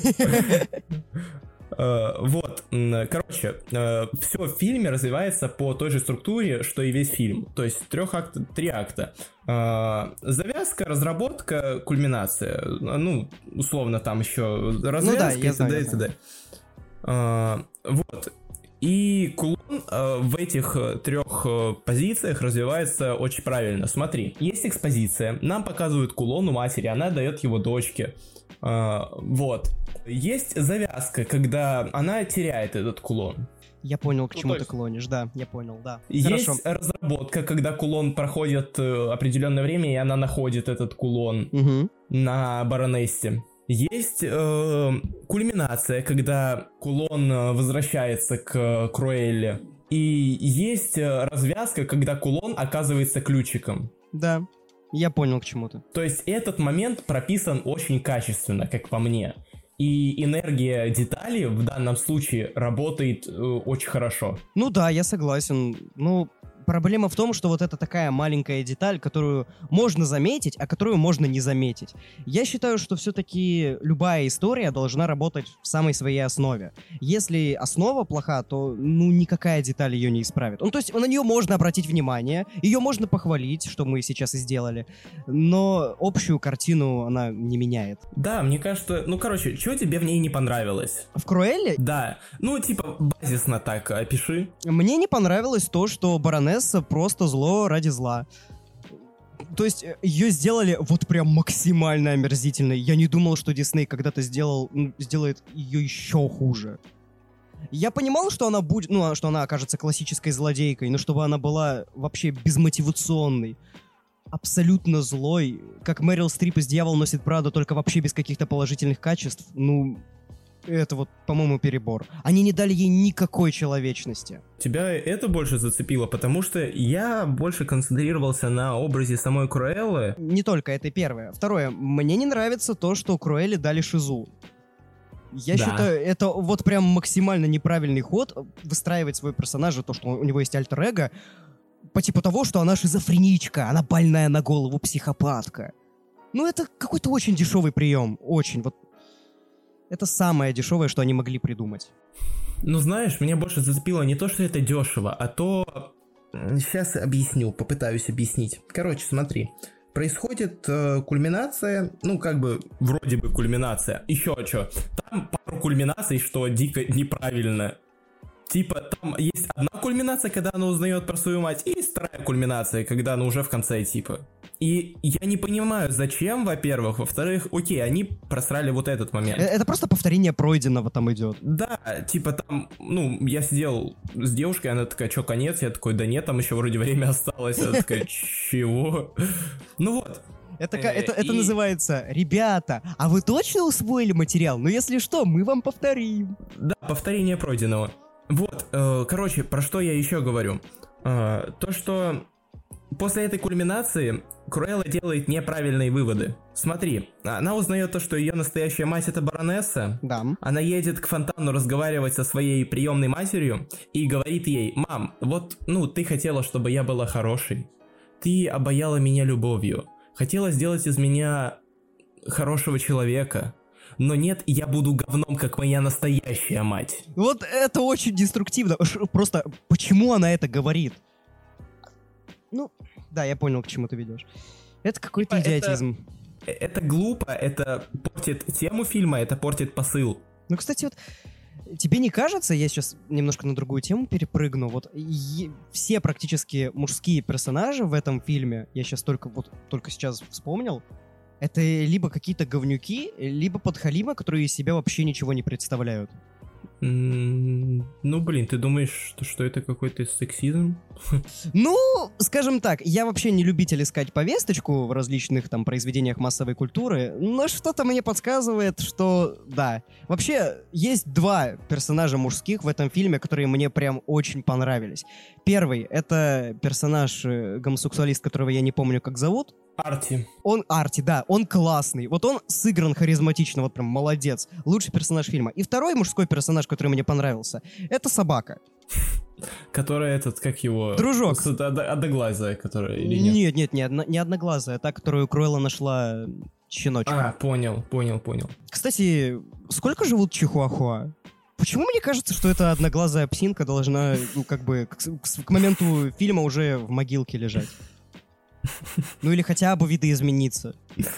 Speaker 2: Вот, короче, все в фильме развивается по той же структуре, что и весь фильм. То есть трех акт, три акта. Завязка, разработка, кульминация. Ну, условно, там еще развязка и т.д. и т.д. Вот. И кулон э, в этих трех э, позициях развивается очень правильно. Смотри, есть экспозиция, нам показывают кулон у матери, она дает его дочке. Э, вот. Есть завязка, когда она теряет этот кулон.
Speaker 3: Я понял, к
Speaker 1: Ну,
Speaker 3: чему
Speaker 1: то
Speaker 3: ты
Speaker 1: есть-
Speaker 3: клонишь, да, я понял, да.
Speaker 2: Есть
Speaker 3: Хорошо.
Speaker 2: разработка, когда кулон проходит э, определенное время, и она находит этот кулон
Speaker 3: Угу.
Speaker 2: на баронессе. Есть э, кульминация, когда кулон э, возвращается к э, Круэлле. И есть э, развязка, когда кулон оказывается ключиком.
Speaker 3: Да, я понял, к чему ты.
Speaker 2: То есть этот момент прописан очень качественно, как по мне. И энергия деталей в данном случае работает э, очень хорошо.
Speaker 3: Ну да, я согласен. Ну, проблема в том, что вот это такая маленькая деталь, которую можно заметить, а которую можно не заметить. Я считаю, что все-таки любая история должна работать в самой своей основе. Если основа плоха, то ну никакая деталь ее не исправит. Ну то есть на нее можно обратить внимание, ее можно похвалить, что мы сейчас и сделали, но общую картину она не меняет.
Speaker 2: Да, мне кажется, ну короче, что тебе в ней не понравилось?
Speaker 3: В Круэлле
Speaker 2: Да, ну типа базисно так опиши.
Speaker 3: мне не понравилось то, что баронесса просто зло ради зла. То есть э, ее сделали вот прям максимально омерзительной. Я не думал, что Дисней когда-то сделал, м, сделает ее еще хуже. Я понимал, что она будет, ну, а, что она окажется классической злодейкой, но чтобы она была вообще безмотивационной, абсолютно злой, как Мэрил Стрип из «Дьявол носит Прада», только вообще без каких-то положительных качеств, ну, это вот, по-моему, перебор. Они не дали ей никакой человечности.
Speaker 2: Тебя это больше зацепило, потому что я больше концентрировался на образе самой Круэллы.
Speaker 3: Не только это первое. Второе, мне не нравится то, что Круэлле дали шизу. Я
Speaker 2: Да.
Speaker 3: считаю, это вот прям максимально неправильный ход выстраивать свой персонажа, то, что у него есть альтер-эго, по типу того, что она шизофреничка, она больная на голову психопатка. Ну, это какой-то очень дешевый прием. Очень. Вот это самое дешевое, что они могли придумать.
Speaker 2: Ну знаешь, меня больше зацепило не то, что это дешево, а то... Сейчас объясню, попытаюсь объяснить. Короче, смотри. Происходит э, кульминация, ну как бы вроде бы кульминация. Еще что? Там пару кульминаций, что дико неправильно. Типа там есть одна кульминация, когда она узнает про свою мать, и есть вторая кульминация, когда она уже в конце типа. И я не понимаю, зачем, во-первых. Во-вторых, окей, они просрали вот этот момент.
Speaker 3: Э, Это просто повторение пройденного там идет.
Speaker 2: Да, типа там, ну, я сидел с девушкой, она такая, что, конец? Я такой, да нет, там еще вроде время осталось. Она такая, чего? Ну вот.
Speaker 3: Это, ка-
Speaker 2: Э,
Speaker 3: это, это
Speaker 2: и-
Speaker 3: называется, ребята, а вы точно усвоили материал? Ну, если что, мы вам повторим.
Speaker 2: Да, повторение пройденного. Вот, э, короче, про что я еще говорю. Э, то, что после этой кульминации Круэлла делает неправильные выводы. Смотри, она узнает то, что ее настоящая мать это баронесса.
Speaker 3: Да.
Speaker 2: Она едет к фонтану разговаривать со своей приемной матерью и говорит ей: «Мам, вот, ну, ты хотела, чтобы я была хорошей. Ты обаяла меня любовью. Хотела сделать из меня хорошего человека. Но нет, я буду говном, как моя настоящая мать».
Speaker 3: Вот это очень деструктивно. Ш- Просто почему она это говорит? Ну, да, я понял, к чему ты ведешь. Это какой-то
Speaker 2: Типа, это-
Speaker 3: идиотизм.
Speaker 2: Э, Это глупо, это портит тему фильма, это портит посыл.
Speaker 3: Ну, кстати, вот тебе не кажется, я сейчас немножко на другую тему перепрыгну, вот е- все практически мужские персонажи в этом фильме, я сейчас только вот только сейчас вспомнил, это либо какие-то говнюки, либо подхалимы, которые из себя вообще ничего не представляют.
Speaker 2: М, Ну, блин, ты думаешь, что, что это какой-то сексизм?
Speaker 3: Ну, скажем так, я вообще не любитель искать повесточку в различных там произведениях массовой культуры, но что-то мне подсказывает, что да. Вообще, есть два персонажа мужских в этом фильме, которые мне прям очень понравились. Первый — это персонаж э, гомосексуалист, которого я не помню, как зовут.
Speaker 2: Арти.
Speaker 3: Он Арти, да, он классный. Вот он сыгран харизматично, вот прям молодец. Лучший персонаж фильма. И второй мужской персонаж, который мне понравился, это собака.
Speaker 2: Которая этот, как его...
Speaker 3: Дружок.
Speaker 2: с- од- Одноглазая, которая или нет?
Speaker 3: Нет, нет, не, одно- не одноглазая, та, которую Круэлла нашла щеночка.
Speaker 2: А, понял, понял, понял.
Speaker 3: Кстати, сколько живут чихуахуа? Почему мне кажется, что эта одноглазая псинка должна, ну, как бы, к, к- к моменту фильма уже в могилке лежать? Ну или хотя бы видоизмениться.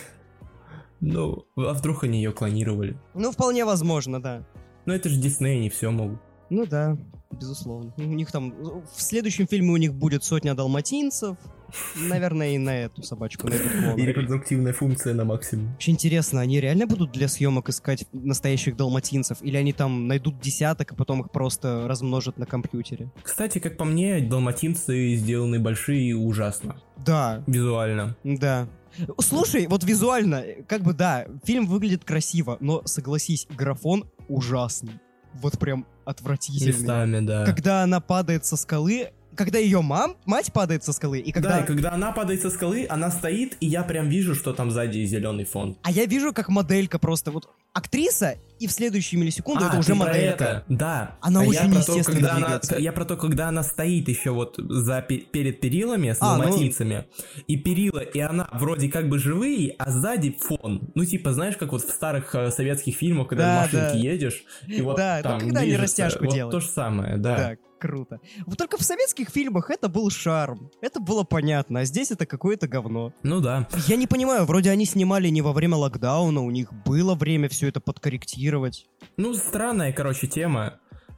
Speaker 2: Ну, а вдруг они ее клонировали?
Speaker 3: Ну, вполне возможно, да.
Speaker 2: Ну, это же Дисней, они все могут.
Speaker 3: Ну да, безусловно. У них там... В следующем фильме у них будет сотня далматинцев. Наверное, и на эту собачку, на этот клон.
Speaker 2: И репродуктивная функция на максимум.
Speaker 3: Очень интересно, они реально будут для съемок искать настоящих далматинцев? Или они там найдут десяток, и потом их просто размножат на компьютере?
Speaker 2: Кстати, как по мне, далматинцы сделаны большие и ужасно.
Speaker 3: Да.
Speaker 2: Визуально.
Speaker 3: Да. Слушай, вот визуально, как бы да, фильм выглядит красиво, но согласись, графон ужасный. Вот прям отвратительный.
Speaker 2: Местами, да.
Speaker 3: Когда она падает со скалы, когда ее мам, мать падает со скалы, и когда...
Speaker 2: Да, и когда она падает со скалы, она стоит, и я прям вижу, что там сзади зеленый фон.
Speaker 3: А я вижу, как моделька просто, вот актриса, и в следующую миллисекунду
Speaker 2: а,
Speaker 3: это уже
Speaker 2: ты про
Speaker 3: моделька.
Speaker 2: это? Да.
Speaker 3: Она
Speaker 2: а
Speaker 3: очень
Speaker 2: я про
Speaker 3: неестественно
Speaker 2: то, когда
Speaker 3: двигается.
Speaker 2: она, Я про то, когда она стоит еще вот за, перед перилами с
Speaker 3: А,
Speaker 2: далматинцами, ну... и перила, и она вроде как бы живые, а сзади фон. Ну, типа, знаешь, как вот в старых э, советских фильмах, когда
Speaker 3: да,
Speaker 2: в машинке
Speaker 3: да.
Speaker 2: едешь, и вот
Speaker 3: да,
Speaker 2: там
Speaker 3: ну, когда они
Speaker 2: движется.
Speaker 3: растяжку
Speaker 2: вот
Speaker 3: делают.
Speaker 2: то же самое, да.
Speaker 3: Да, круто. Вот только в советских фильмах это был шарм. Это было понятно, а здесь это какое-то говно.
Speaker 2: Ну да.
Speaker 3: Я не понимаю, вроде они снимали не во время локдауна, у них было время все это подкорректировать.
Speaker 2: Ну, странная, короче, тема.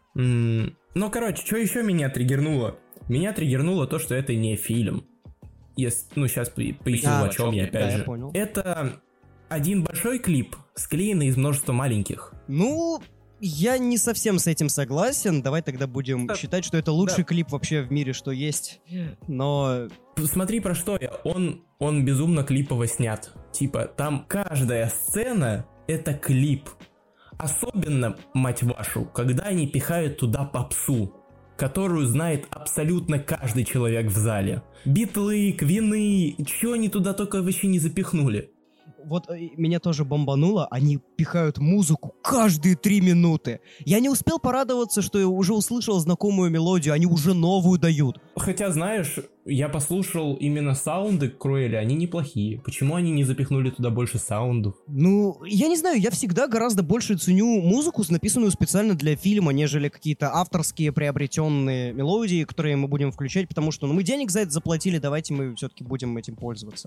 Speaker 2: М- Ну, короче, что еще меня триггернуло? Меня триггернуло то, что это не фильм. Если, ну, сейчас поясню,
Speaker 3: А,
Speaker 2: о чем я, опять
Speaker 3: да,
Speaker 2: же.
Speaker 3: я понял.
Speaker 2: Это один большой клип, склеенный из множества маленьких.
Speaker 3: Ну, я не совсем с этим согласен. Давай тогда будем
Speaker 2: Да.
Speaker 3: считать, что это лучший
Speaker 2: Да.
Speaker 3: клип вообще в мире, что есть. Но
Speaker 2: Смотри, про что я. Он, он безумно клипово снят. Типа, там каждая сцена — это клип. Особенно, мать вашу, когда они пихают туда попсу, которую знает абсолютно каждый человек в зале. Битлы, Квины, чё они туда только вообще не запихнули.
Speaker 3: вот э, меня тоже бомбануло, они пихают музыку каждые три минуты. Я не успел порадоваться, что я уже услышал знакомую мелодию, они уже новую дают.
Speaker 2: Хотя, знаешь, я послушал именно саунды Круэля, они неплохие. Почему они не запихнули туда больше саундов?
Speaker 3: Ну, я не знаю, я всегда гораздо больше ценю музыку, написанную специально для фильма, нежели какие-то авторские приобретенные мелодии, которые мы будем включать, потому что ну, мы денег за это заплатили, давайте мы все-таки будем этим пользоваться.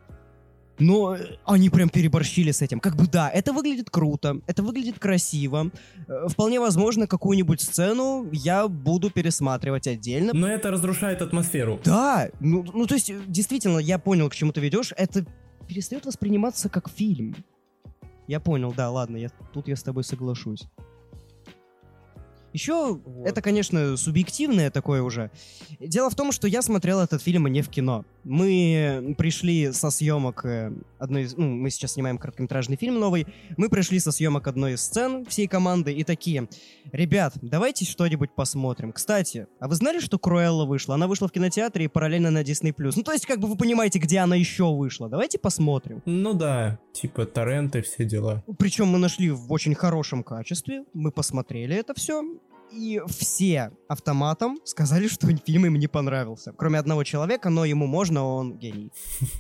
Speaker 3: Но они прям переборщили с этим. Как бы да, это выглядит круто, это выглядит красиво. Э, Вполне возможно, какую-нибудь сцену я буду пересматривать отдельно.
Speaker 2: Но это разрушает атмосферу.
Speaker 3: Да, ну, ну то есть, действительно, я понял, к чему ты ведешь. Это перестает восприниматься как фильм. Я понял, да, ладно, я, тут я с тобой соглашусь. Еще,
Speaker 2: Вот.
Speaker 3: это, конечно, субъективное такое уже. Дело в том, что я смотрел этот фильм не в кино. Мы пришли со съемок э, одной из... Ну, мы сейчас снимаем короткометражный фильм новый. Мы пришли со съемок одной из сцен всей команды и такие: ребят, давайте что-нибудь посмотрим. Кстати, а вы знали, что Круэлла вышла? Она вышла в кинотеатре и параллельно на Disney+. Ну, то есть, как бы вы понимаете, где она еще вышла. Давайте посмотрим.
Speaker 2: Ну да, типа торренты, все дела.
Speaker 3: Причем мы нашли в очень хорошем качестве. Мы посмотрели это все. И все автоматом сказали, что фильм им не понравился. Кроме одного человека, но ему можно, он гений.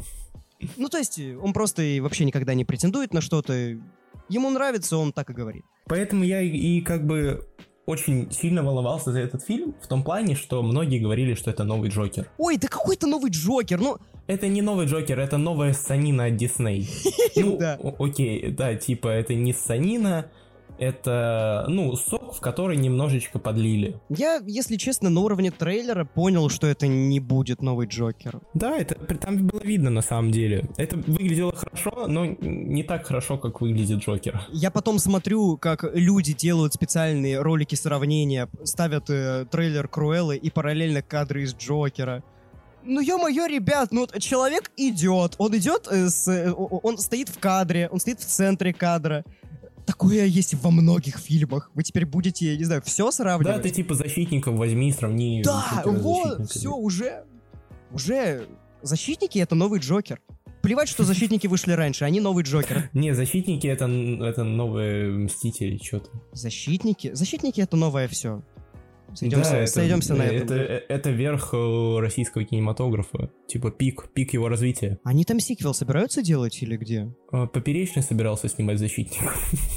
Speaker 3: Ну, то есть, он просто и вообще никогда не претендует на что-то. Ему нравится, он так и говорит.
Speaker 2: Поэтому я и, и как бы очень сильно волновался за этот фильм, в том плане, что многие говорили, что это новый Джокер.
Speaker 3: Ой, да какой-то новый Джокер, ну...
Speaker 2: Это не новый Джокер, это новая ссанина от Дисней. Ну,
Speaker 3: Да.
Speaker 2: о- окей, да, типа, это не ссанина, это, ну, сок, в который немножечко подлили.
Speaker 3: Я, если честно, на уровне трейлера понял, что это не будет новый Джокер.
Speaker 2: Да, это при- там было видно на самом деле. Это выглядело хорошо, но не так хорошо, как выглядит Джокер.
Speaker 3: Я потом смотрю, как люди делают специальные ролики сравнения, ставят э, трейлер Круэллы и параллельно кадры из Джокера. Ну, ё-моё, ребят, ну вот человек идет, он идет, э, с, э, о- он стоит в кадре, он стоит в центре кадра. Такое есть во многих фильмах. Вы теперь будете, я не знаю, все
Speaker 2: Да,
Speaker 3: сравнивать?
Speaker 2: ты типа защитников возьми, сравни.
Speaker 3: Да,
Speaker 2: Джокера с
Speaker 3: вот,
Speaker 2: защитниками.
Speaker 3: все, уже, уже защитники — это новый Джокер. Плевать, что защитники вышли раньше, они новый Джокер.
Speaker 2: Не, защитники это, это новые Мстители, что-то.
Speaker 3: Защитники? Защитники — это новое все. Сойдемся,
Speaker 2: Да, это-
Speaker 3: сойдемся на
Speaker 2: это,
Speaker 3: этом.
Speaker 2: это, это верх э, российского кинематографа. Типа пик, пик его развития.
Speaker 3: Они там сиквел собираются делать или где?
Speaker 2: А, Поперечный собирался снимать защитников.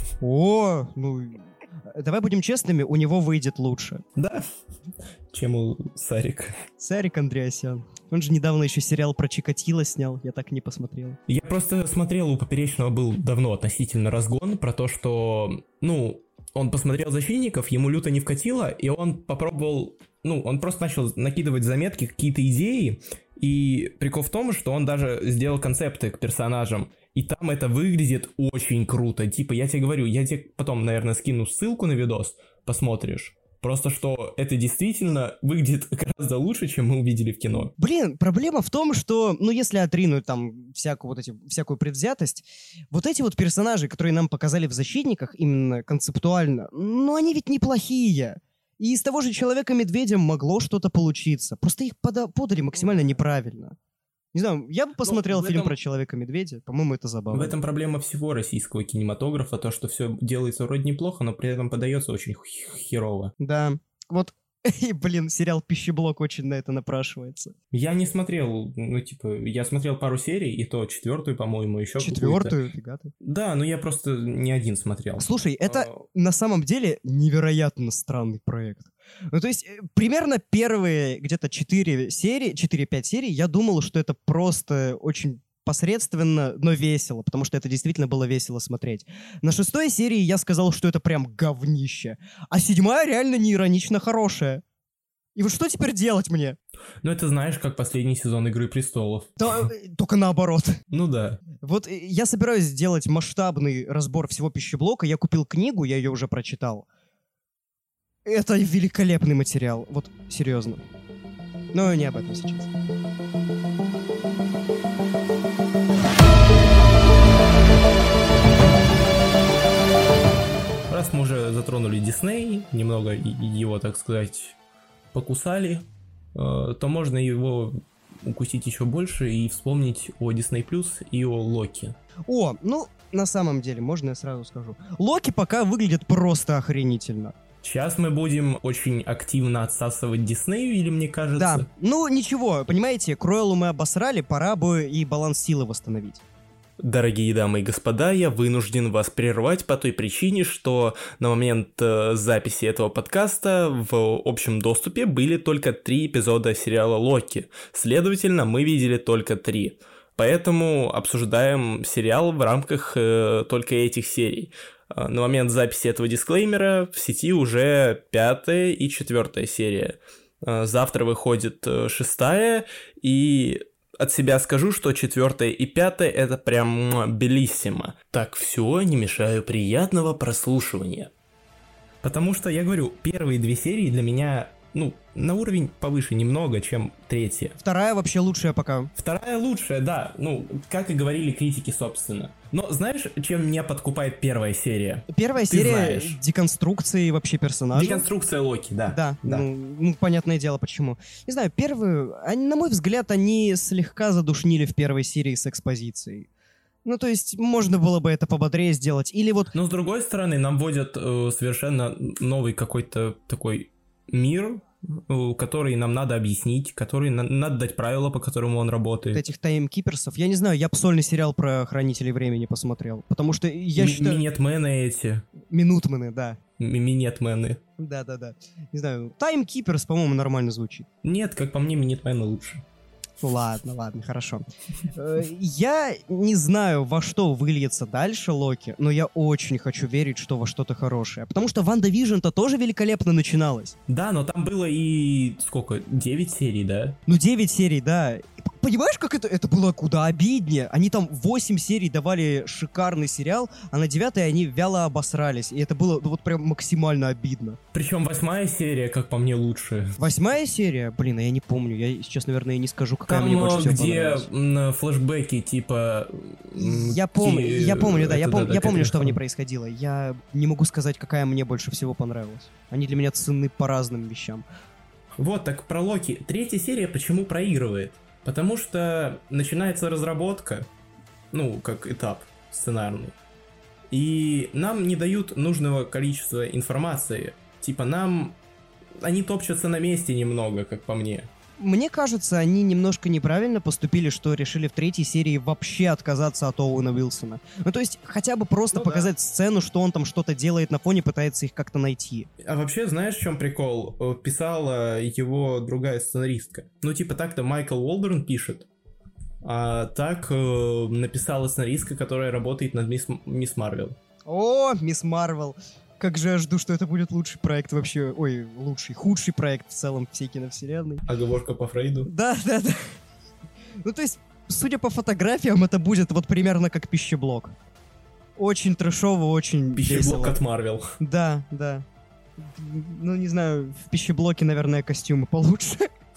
Speaker 3: О, ну... Давай будем честными, у него выйдет лучше.
Speaker 2: Да, чем у Сарика.
Speaker 3: Сарик Андреасян. Он же недавно еще сериал про Чикатило снял, я так и не посмотрел.
Speaker 2: Я просто смотрел, у Поперечного был давно относительно разгон про то, что, ну, он посмотрел «Защитников», ему люто не вкатило, и он попробовал, ну, он просто начал накидывать в заметки какие-то идеи, И прикол в том, что он даже сделал концепты к персонажам. И там это выглядит очень круто. Типа, я тебе говорю, я тебе потом, наверное, скину ссылку на видос, посмотришь. Просто что это действительно выглядит гораздо лучше, чем мы увидели в кино.
Speaker 3: Блин, проблема в том, что, ну, если отринуть там всякую вот эти, всякую предвзятость, вот эти вот персонажи, которые нам показали в «Защитниках», именно концептуально, ну, они ведь неплохие. И из того же «Человека-медведя» могло что-то получиться. Просто их пода- подали максимально неправильно. Не знаю, я бы посмотрел
Speaker 2: в
Speaker 3: фильм
Speaker 2: этом-
Speaker 3: про Человека-медведя, по-моему, это
Speaker 2: В
Speaker 3: забавно.
Speaker 2: этом проблема всего российского кинематографа, то, что все делается вроде неплохо, но при этом подается очень х- херово.
Speaker 3: Да, вот, и, блин, сериал «Пищеблок» очень на это напрашивается.
Speaker 2: Я не смотрел, ну, типа, я смотрел пару серий, и то четвертую, по-моему, еще какую-то.
Speaker 3: Четвертую, фига ты.
Speaker 2: Да, но я просто не один смотрел.
Speaker 3: Слушай, это
Speaker 2: А,
Speaker 3: на самом деле невероятно странный проект. Ну, то есть, э, примерно первые где-то четыре серии, четыре-пять серий, я думал, что это просто очень посредственно, но весело, потому что это действительно было весело смотреть. На шестой серии я сказал, что это прям говнище, а седьмая реально неиронично хорошая. И вот что теперь делать мне?
Speaker 2: Ну, это знаешь, как последний сезон «Игры престолов».
Speaker 3: То- э, только наоборот.
Speaker 2: Ну да.
Speaker 3: Вот э, я собираюсь сделать масштабный разбор всего «Пищеблока». Я купил книгу, я ее уже прочитал. Это великолепный материал. Вот, серьезно. Но не об этом сейчас.
Speaker 2: Раз мы уже затронули Дисней, немного и- его, так сказать, покусали, э, то можно его укусить еще больше и вспомнить о Disney Плюс и о Локи.
Speaker 3: О, ну, на самом деле, можно я сразу скажу. Локи пока выглядит просто охренительно.
Speaker 2: Сейчас мы будем очень активно отсасывать Диснею, или мне кажется?
Speaker 3: Да, ну ничего, понимаете, Круэллу мы обосрали, пора бы и баланс силы восстановить.
Speaker 2: Дорогие дамы и господа, я вынужден вас прервать по той причине, что на момент э, записи этого подкаста в общем доступе были только три эпизода сериала Локи. Следовательно, мы видели только три. Поэтому обсуждаем сериал в рамках э, только этих серий. Э, На момент записи этого дисклеймера в сети уже пятая и четвертая серия. Э, Завтра выходит э, шестая, и от себя скажу, что четвертая и пятая это прям муа, белиссимо. Так, все, не мешаю, приятного прослушивания. Потому что, я говорю, первые две серии для меня, ну, на уровень повыше немного, чем третья.
Speaker 3: Вторая вообще лучшая пока.
Speaker 2: Вторая лучшая, да, ну, как и говорили критики, собственно. Но знаешь, чем меня подкупает первая серия?
Speaker 3: Первая
Speaker 2: Ты
Speaker 3: серия
Speaker 2: знаешь.
Speaker 3: деконструкции вообще персонажей.
Speaker 2: Деконструкция Локи, да.
Speaker 3: Да, Ну, ну, понятное дело, почему. Не знаю, первую, они, на мой взгляд, они слегка задушнили в первой серии с экспозицией. Ну, то есть, можно было бы это пободрее сделать. Или вот,
Speaker 2: Но с другой стороны, нам вводят э, совершенно новый какой-то такой мир, э, который нам надо объяснить, который на- надо дать правила, по которому он работает.
Speaker 3: этих таймкиперсов, я не знаю, я бы сольный сериал про Хранителей Времени посмотрел. Потому что я
Speaker 2: М-
Speaker 3: считаю...
Speaker 2: Минетмены эти.
Speaker 3: Минутмены, да.
Speaker 2: М- Минетмены.
Speaker 3: Да-да-да. Не знаю, Таймкиперс, по-моему, нормально звучит.
Speaker 2: Нет, как по мне, Минетмены лучше.
Speaker 3: Ну ладно, ладно, хорошо. Э, Я не знаю, во что выльется дальше Локи, но я очень хочу верить, что во что-то хорошее. Потому что Ванда Вижн-то тоже великолепно начиналась.
Speaker 2: Да, но там было и сколько? девять серий, да?
Speaker 3: Ну, девять серий, да. Понимаешь, как это? Это было куда обиднее. Они там восемь серий давали шикарный сериал, а на девятой они вяло обосрались. И это было ну, вот прям максимально обидно.
Speaker 2: Причем восьмая серия, как по мне, лучше.
Speaker 3: Восьмая серия? Блин, а я не помню. Я сейчас, наверное, и не скажу, какая
Speaker 2: Там,
Speaker 3: мне больше
Speaker 2: э,
Speaker 3: всего
Speaker 2: где
Speaker 3: понравилась.
Speaker 2: м, флешбеки, типа... м,
Speaker 3: Я помню,
Speaker 2: ки-
Speaker 3: я помню, да, я,
Speaker 2: это,
Speaker 3: пом-
Speaker 2: да,
Speaker 3: я помню,
Speaker 2: Кэтрин
Speaker 3: что в ней
Speaker 2: Хан.
Speaker 3: происходило. Я не могу сказать, какая мне больше всего понравилась. Они для меня ценны по разным вещам.
Speaker 2: Вот, так про Локи. Третья серия почему проигрывает? Потому что начинается разработка, ну, как этап сценарный, и нам не дают нужного количества информации. Типа нам... Они топчутся на месте немного, как по мне.
Speaker 3: Мне кажется, они немножко неправильно поступили, что решили в третьей серии вообще отказаться от Оуэна Уилсона. Ну, то есть, хотя бы просто
Speaker 2: Ну да.
Speaker 3: показать сцену, что он там что-то делает на фоне, пытается их как-то найти.
Speaker 2: А вообще, знаешь, в чем прикол? Э, Писала его другая сценаристка. Ну, типа, так-то Майкл Уолберн пишет. А так э, написала сценаристка, которая работает над Мисс, Мисс Марвел.
Speaker 3: О, Мисс Марвел! Как же я жду, что это будет лучший проект вообще. Ой, лучший, худший проект в целом всей киновселенной.
Speaker 2: Оговорка по Фрейду.
Speaker 3: Да, да, да. Ну, то есть, судя по фотографиям, это будет вот примерно как пищеблок. Очень трэшово, очень
Speaker 2: Пищеблок
Speaker 3: весело.
Speaker 2: от Марвел.
Speaker 3: Да, да. Ну, не знаю, в пищеблоке, наверное, костюмы получше.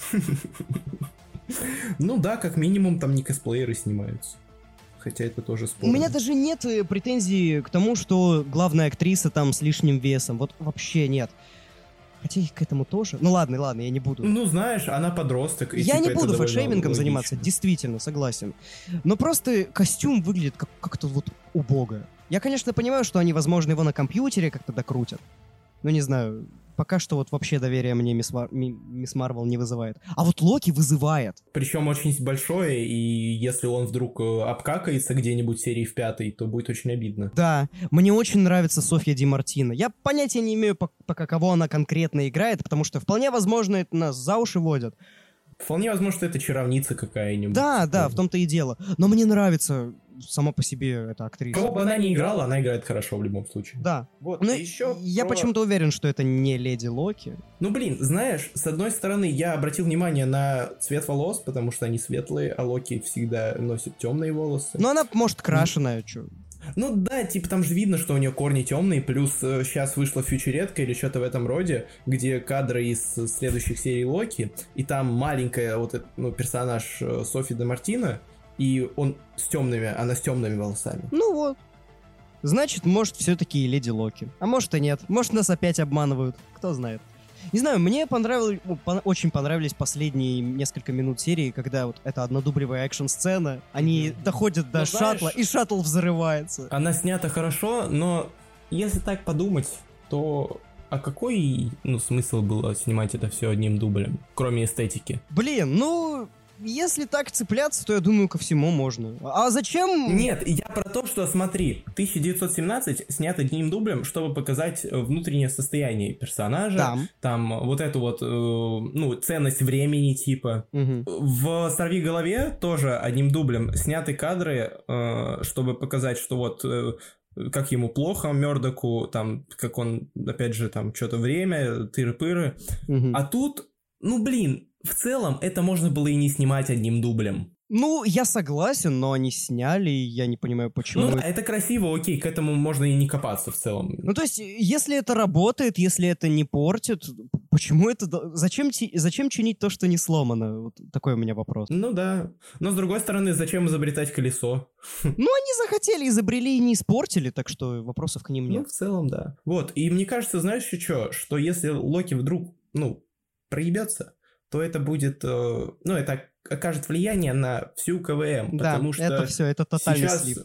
Speaker 2: Ну да, как минимум там не косплееры снимаются. Хотя это тоже
Speaker 3: У
Speaker 2: спорно.
Speaker 3: меня даже нет э, претензий к тому, что главная актриса там с лишним весом. Вот вообще нет. Хотя и к этому тоже. Ну ладно, ладно, я не буду.
Speaker 2: Ну, знаешь, она подросток. И,
Speaker 3: Я
Speaker 2: типа,
Speaker 3: не
Speaker 2: это
Speaker 3: буду
Speaker 2: довольно
Speaker 3: фэтшеймингом
Speaker 2: логично.
Speaker 3: заниматься, действительно, согласен. Но просто костюм выглядит как- как-то вот убого. Я, конечно, понимаю, что они, возможно, его на компьютере как-то докрутят. Но не знаю, пока что вот вообще доверие мне Мисс, Вар... Ми- Мисс Марвел не вызывает. А вот Локи вызывает.
Speaker 2: Причем очень большое, и если он вдруг э, обкакается где-нибудь в серии в пятой, то будет очень обидно.
Speaker 3: Да, мне очень нравится Софья Ди Мартино. Я понятия не имею, по- пока кого она конкретно играет, потому что вполне возможно, это нас за уши водят.
Speaker 2: Вполне возможно, что это чаровница какая-нибудь.
Speaker 3: Да, да, в том-то и дело. Но мне нравится сама по себе эта актриса.
Speaker 2: Кого бы она ни играла, она играет хорошо в любом случае.
Speaker 3: Да.
Speaker 2: Вот,
Speaker 3: Ну,
Speaker 2: а еще
Speaker 3: я
Speaker 2: про-
Speaker 3: почему-то уверен, что это не Леди Локи.
Speaker 2: Ну, блин, знаешь, с одной стороны, я обратил внимание на цвет волос, потому что они светлые, а Локи всегда носит темные волосы.
Speaker 3: Но она, может, крашеная, чё.
Speaker 2: Ну да, типа там же видно, что у нее корни темные, плюс э, сейчас вышла фьючеретка или что-то в этом роде, где кадры из следующих серий Локи, и там маленькая вот этот, ну, персонаж э, Софи де Мартино, и он с темными, она с темными волосами.
Speaker 3: Ну вот. Значит, может, все-таки и Леди Локи. А может и нет. Может, нас опять обманывают. Кто знает. Не знаю, мне понравилось, ну, пон- очень понравились последние несколько минут серии, когда вот эта однодублевая экшн-сцена, они доходят до
Speaker 2: Ну, знаешь-
Speaker 3: шаттла, и шаттл взрывается.
Speaker 2: Она снята хорошо, но если так подумать, то а какой, ну, смысл было снимать это все одним дублем, кроме эстетики?
Speaker 3: Блин, ну, если так цепляться, то я думаю, ко всему можно. А зачем?
Speaker 2: Нет, я про то, что, смотри, тысяча девятьсот семнадцать снят одним дублем, чтобы показать э, внутреннее состояние персонажа,
Speaker 3: Да.
Speaker 2: там вот эту вот, э, ну, ценность времени, типа.
Speaker 3: Мгм.
Speaker 2: В «Сорви голове» тоже одним дублем сняты кадры, э, чтобы показать, что вот э, как ему плохо Мёрдоку, там, как он, опять же, там, что-то время, тыры-пыры.
Speaker 3: Мгм.
Speaker 2: А тут, ну, блин, в целом это можно было и не снимать одним дублем.
Speaker 3: Ну, я согласен, но они сняли, и я не понимаю, почему.
Speaker 2: Ну да, это красиво, окей, к этому можно и не копаться в целом.
Speaker 3: Ну, то есть, если это работает, если это не портит, почему это... до- Зачем, ти- зачем чинить то, что не сломано? Вот такой у меня вопрос.
Speaker 2: Ну да. Но с другой стороны, зачем изобретать колесо?
Speaker 3: Ну, они захотели, изобрели и не испортили, так что вопросов к ним
Speaker 2: Ну,
Speaker 3: нет.
Speaker 2: в целом, да. Вот, и мне кажется, знаешь еще что? Что если Локи вдруг, ну, проебется, то это будет, э, ну, это окажет влияние на всю КВМ,
Speaker 3: Да,
Speaker 2: потому что
Speaker 3: это все, это тотальный
Speaker 2: сейчас
Speaker 3: слив.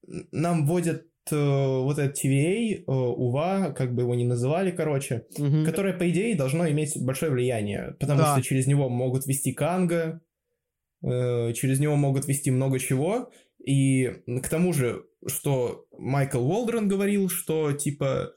Speaker 2: нам вводят э, вот этот ти ви эй, э, УВА, как бы его ни называли, короче,
Speaker 3: Мгм.
Speaker 2: которое, по идее, должно иметь большое влияние, потому
Speaker 3: Да.
Speaker 2: что через него могут вести Канга, э, через него могут вести много чего, и к тому же, что Майкл Уолдрон говорил, что, типа,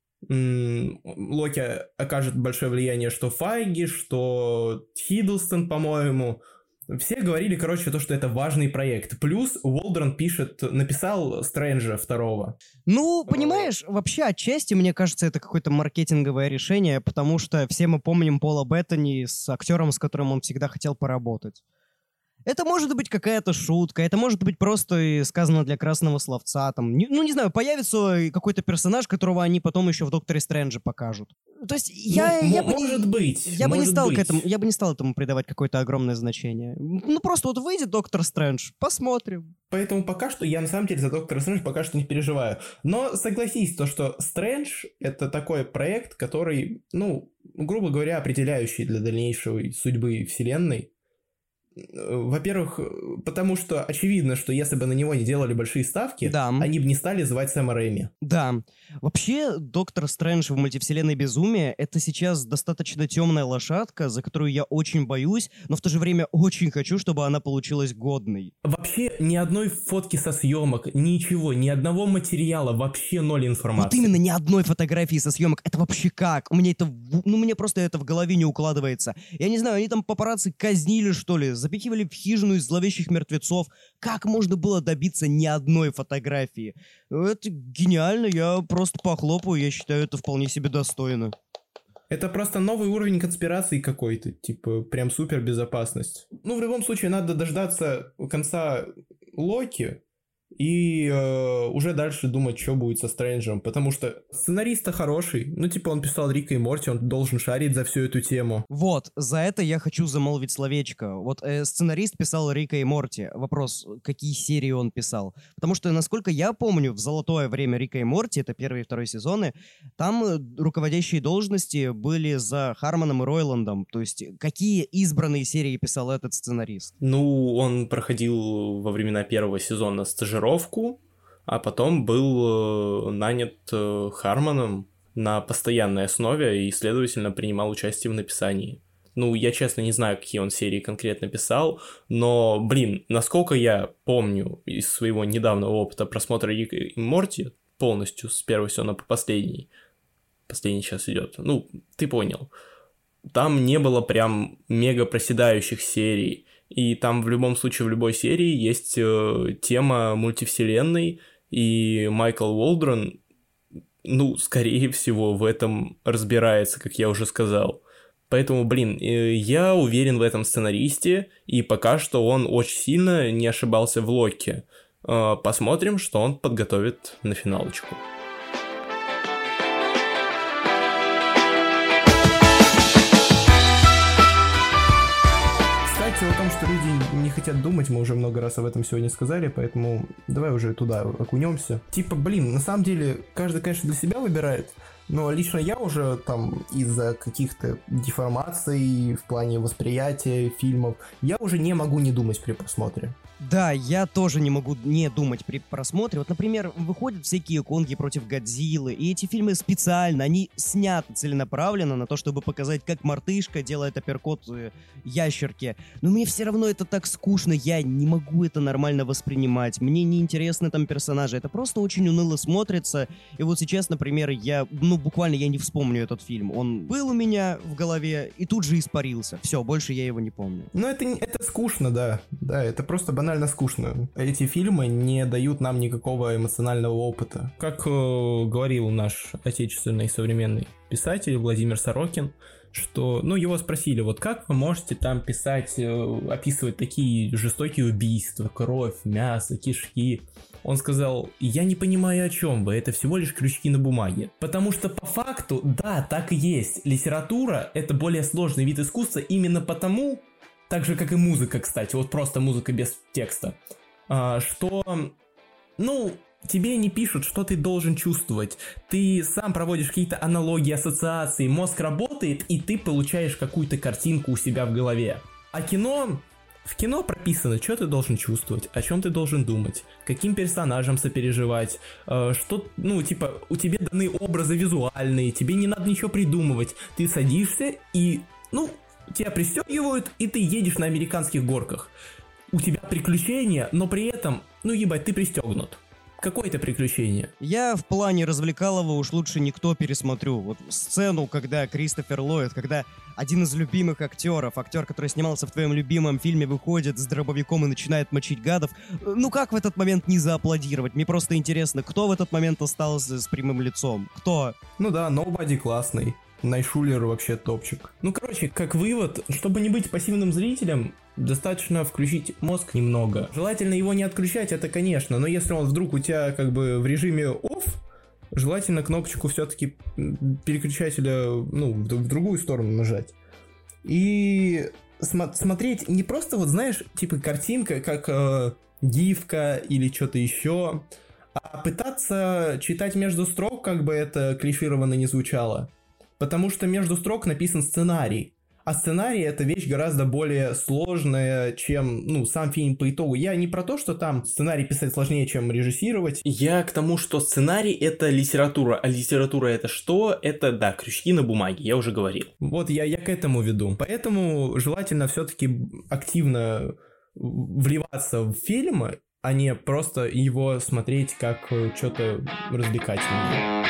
Speaker 2: м, Локи окажет большое влияние, что Файги, что Хиддлстон, по-моему. Все говорили, короче, то, что это важный проект. Плюс Уолдрон пишет, написал Стрэнджа второго.
Speaker 3: Ну, понимаешь, вообще отчасти, мне кажется, это какое-то маркетинговое решение, потому что все мы помним Пола Беттани с актером, с которым он всегда хотел поработать. Это может быть какая-то шутка, это может быть просто и сказано для красного словца. Там, не- ну, не знаю, появится и какой-то персонаж, которого они потом еще в Докторе Стрэнджа покажут. То есть я,
Speaker 2: Ну,
Speaker 3: я
Speaker 2: м-
Speaker 3: бы не-
Speaker 2: может быть,
Speaker 3: я бы не
Speaker 2: может
Speaker 3: стал к
Speaker 2: быть.
Speaker 3: этому, я бы не стал этому придавать какое-то огромное значение. Ну, просто вот выйдет Доктор Стрэндж, посмотрим.
Speaker 2: Поэтому пока что я на самом деле за Доктора Стрэндж пока что не переживаю. Но согласись, то, что Стрэндж — это такой проект, который, ну, грубо говоря, определяющий для дальнейшей судьбы вселенной. Во-первых, потому что очевидно, что если бы на него не делали большие ставки,
Speaker 3: Да.
Speaker 2: они бы не стали звать Сэма Рэйми.
Speaker 3: Да. Вообще, Доктор Стрэндж в мультивселенной безумия — это сейчас достаточно темная лошадка, за которую я очень боюсь, но в то же время очень хочу, чтобы она получилась годной.
Speaker 2: Вообще ни одной фотки со съемок, ничего, ни одного материала, вообще ноль информации.
Speaker 3: Вот именно ни одной фотографии со съемок. Это вообще как? У меня это... в- Ну, мне просто это в голове не укладывается. Я не знаю, они там папарацци казнили, что ли? Запихивали в хижину из зловещих мертвецов. Как можно было добиться ни одной фотографии? Это гениально, я просто похлопаю, я считаю, это вполне себе достойно.
Speaker 2: Это просто новый уровень конспирации какой-то, типа, прям супер безопасность. Ну, в любом случае, надо дождаться конца Локи и э, уже дальше думать, что будет со Стрэнджем, потому что сценарист-то хороший, ну, типа, он писал Рика и Морти, он должен шарить за всю эту тему.
Speaker 3: Вот, за это я хочу замолвить словечко. Вот э, сценарист писал Рика и Морти. Вопрос, какие серии он писал? Потому что, насколько я помню, в золотое время Рика и Морти, это первый и второй сезоны, там э, руководящие должности были за Хармоном и Ройландом. То есть, какие избранные серии писал этот сценарист?
Speaker 2: Ну, он проходил во времена первого сезона стажировку, а потом был э, нанят э, Хармоном на постоянной основе и, следовательно, принимал участие в написании. Ну, я честно не знаю, какие он серии конкретно писал, но, блин, насколько я помню из своего недавнего опыта просмотра Рика и Морти полностью с первого сезона по последний, последний сейчас идет, ну, ты понял, там не было прям мега проседающих серий. И там в любом случае в любой серии есть э, тема мультивселенной, и Майкл Уолдрон, ну, скорее всего, в этом разбирается, как я уже сказал. Поэтому, блин, э, я уверен в этом сценаристе, и пока что он очень сильно не ошибался в Локи. Э, посмотрим, что он подготовит на финалочку. О том, что люди не хотят думать, мы уже много раз об этом сегодня сказали, поэтому давай уже туда окунемся. Типа, блин, на самом деле, каждый, конечно, для себя выбирает, но лично я уже там из-за каких-то деформаций в плане восприятия фильмов, я уже не могу не думать при просмотре.
Speaker 3: Да, я тоже не могу не думать при просмотре. Вот, например, выходят всякие Конги против Годзиллы, и эти фильмы специально, они сняты целенаправленно на то, чтобы показать, как мартышка делает апперкот ящерке. Но мне все равно это так скучно, я не могу это нормально воспринимать. Мне не интересны там персонажи, это просто очень уныло смотрится. И вот сейчас, например, я, ну, буквально я не вспомню этот фильм. Он был у меня в голове и тут же испарился. Все, больше я его не помню.
Speaker 2: Ну, это, это скучно, да. Да, это просто банально. Банально скучно. Эти фильмы не дают нам никакого эмоционального опыта. Как э, говорил наш отечественный современный писатель Владимир Сорокин, что, ну, его спросили, вот как вы можете там писать, э, описывать такие жестокие убийства, кровь, мясо, кишки? Он сказал, я не понимаю, о чем вы, это всего лишь крючки на бумаге. Потому что по факту, да, так и есть. Литература — это более сложный вид искусства именно потому, так же, как и музыка, кстати, вот просто музыка без текста, что, ну, тебе не пишут, что ты должен чувствовать. Ты сам проводишь какие-то аналогии, ассоциации, мозг работает, и ты получаешь какую-то картинку у себя в голове. А кино... В кино прописано, что ты должен чувствовать, о чем ты должен думать, каким персонажам сопереживать, э, что, ну, типа, у тебя даны образы визуальные, тебе не надо ничего придумывать. Ты садишься и, ну... Тебя пристегивают, и ты едешь на американских горках. У тебя приключения, но при этом, ну ебать, ты пристегнут. Какое это приключение?
Speaker 3: Я в плане развлекалого уж лучше никто пересмотрю. Вот сцену, когда Кристофер Ллойд, когда один из любимых актеров, актер, который снимался в твоем любимом фильме, выходит с дробовиком и начинает мочить гадов. Ну как в этот момент не зааплодировать? Мне просто интересно, кто в этот момент остался с прямым лицом? Кто?
Speaker 2: Ну да, Nobody классный. Найшулер вообще топчик. Ну, короче, как вывод, чтобы не быть пассивным зрителем, достаточно включить мозг немного. Желательно его не отключать, это конечно, но если он вдруг у тебя как бы в режиме off, желательно кнопочку все-таки переключателя, ну, в, в другую сторону нажать. И см- смотреть не просто, вот знаешь, типа картинка, как э, гифка или что-то еще, а пытаться читать между строк, как бы это клишированно не звучало. Потому что между строк написан сценарий. А сценарий — это вещь гораздо более сложная, чем, ну, сам фильм по итогу. Я не про то, что там сценарий писать сложнее, чем режиссировать. Я к тому, что сценарий — это литература. А литература — это что? Это, да, крючки на бумаге, я уже говорил. Вот я, я к этому веду. Поэтому желательно все-таки активно вливаться в фильм, а не просто его смотреть как что-то развлекательное.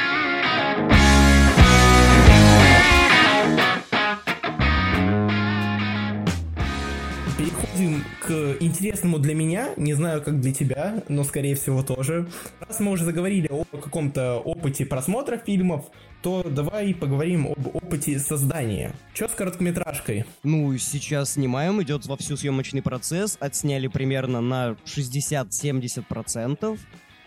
Speaker 2: Переходим к к интересному для меня, не знаю, как для тебя, но, скорее всего, тоже. Раз мы уже заговорили о каком-то опыте просмотра фильмов, то давай поговорим об опыте создания. Чё с короткометражкой?
Speaker 3: Ну, сейчас снимаем, идет вовсю съемочный процесс, отсняли примерно на шестьдесят-семьдесят процентов.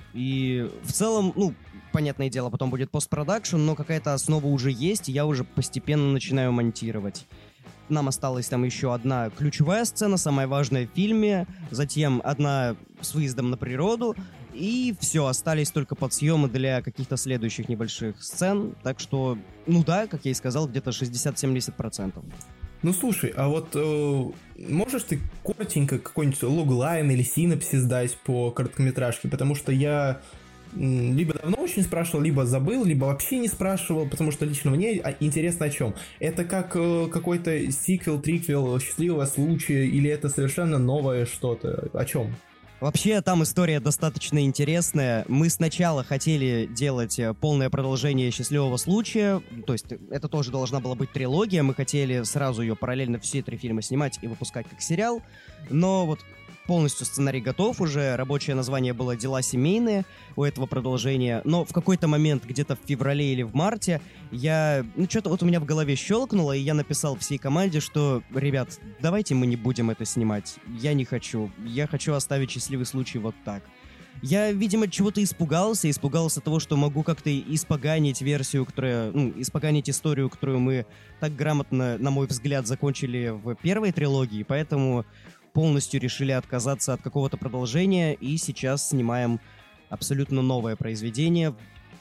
Speaker 3: И в целом, ну, понятное дело, потом будет постпродакшн, но какая-то основа уже есть, и я уже постепенно начинаю монтировать. Нам осталась там еще одна ключевая сцена, самая важная в фильме, затем одна с выездом на природу, и все, остались только подсъемы для каких-то следующих небольших сцен, так что, ну да, как я и сказал, где-то шестьдесят-семьдесят процентов.
Speaker 2: Ну слушай, а вот э, можешь ты коротенько какой-нибудь логлайн или синопсис дать по короткометражке, потому что я м, либо давно очень спрашивал, либо забыл, либо вообще не спрашивал, потому что лично мне интересно о чем. Это как э, какой-то сиквел, триквел счастливого случая, или это совершенно новое что-то? О чем?
Speaker 3: Вообще, там история достаточно интересная. Мы сначала хотели делать полное продолжение «Счастливого случая», то есть это тоже должна была быть трилогия, мы хотели сразу ее параллельно все три фильма снимать и выпускать как сериал, но вот полностью сценарий готов уже, рабочее название было «Дела семейные» у этого продолжения, но в какой-то момент, где-то в феврале или в марте, я, ну что-то вот у меня в голове щелкнуло, и я написал всей команде, что, ребят, давайте мы не будем это снимать, я не хочу, я хочу оставить «Счастливый случай» вот так. Я, видимо, чего-то испугался, испугался того, что могу как-то испоганить версию, которая, ну, испоганить историю, которую мы так грамотно, на мой взгляд, закончили в первой трилогии, поэтому полностью решили отказаться от какого-то продолжения, и сейчас снимаем абсолютно новое произведение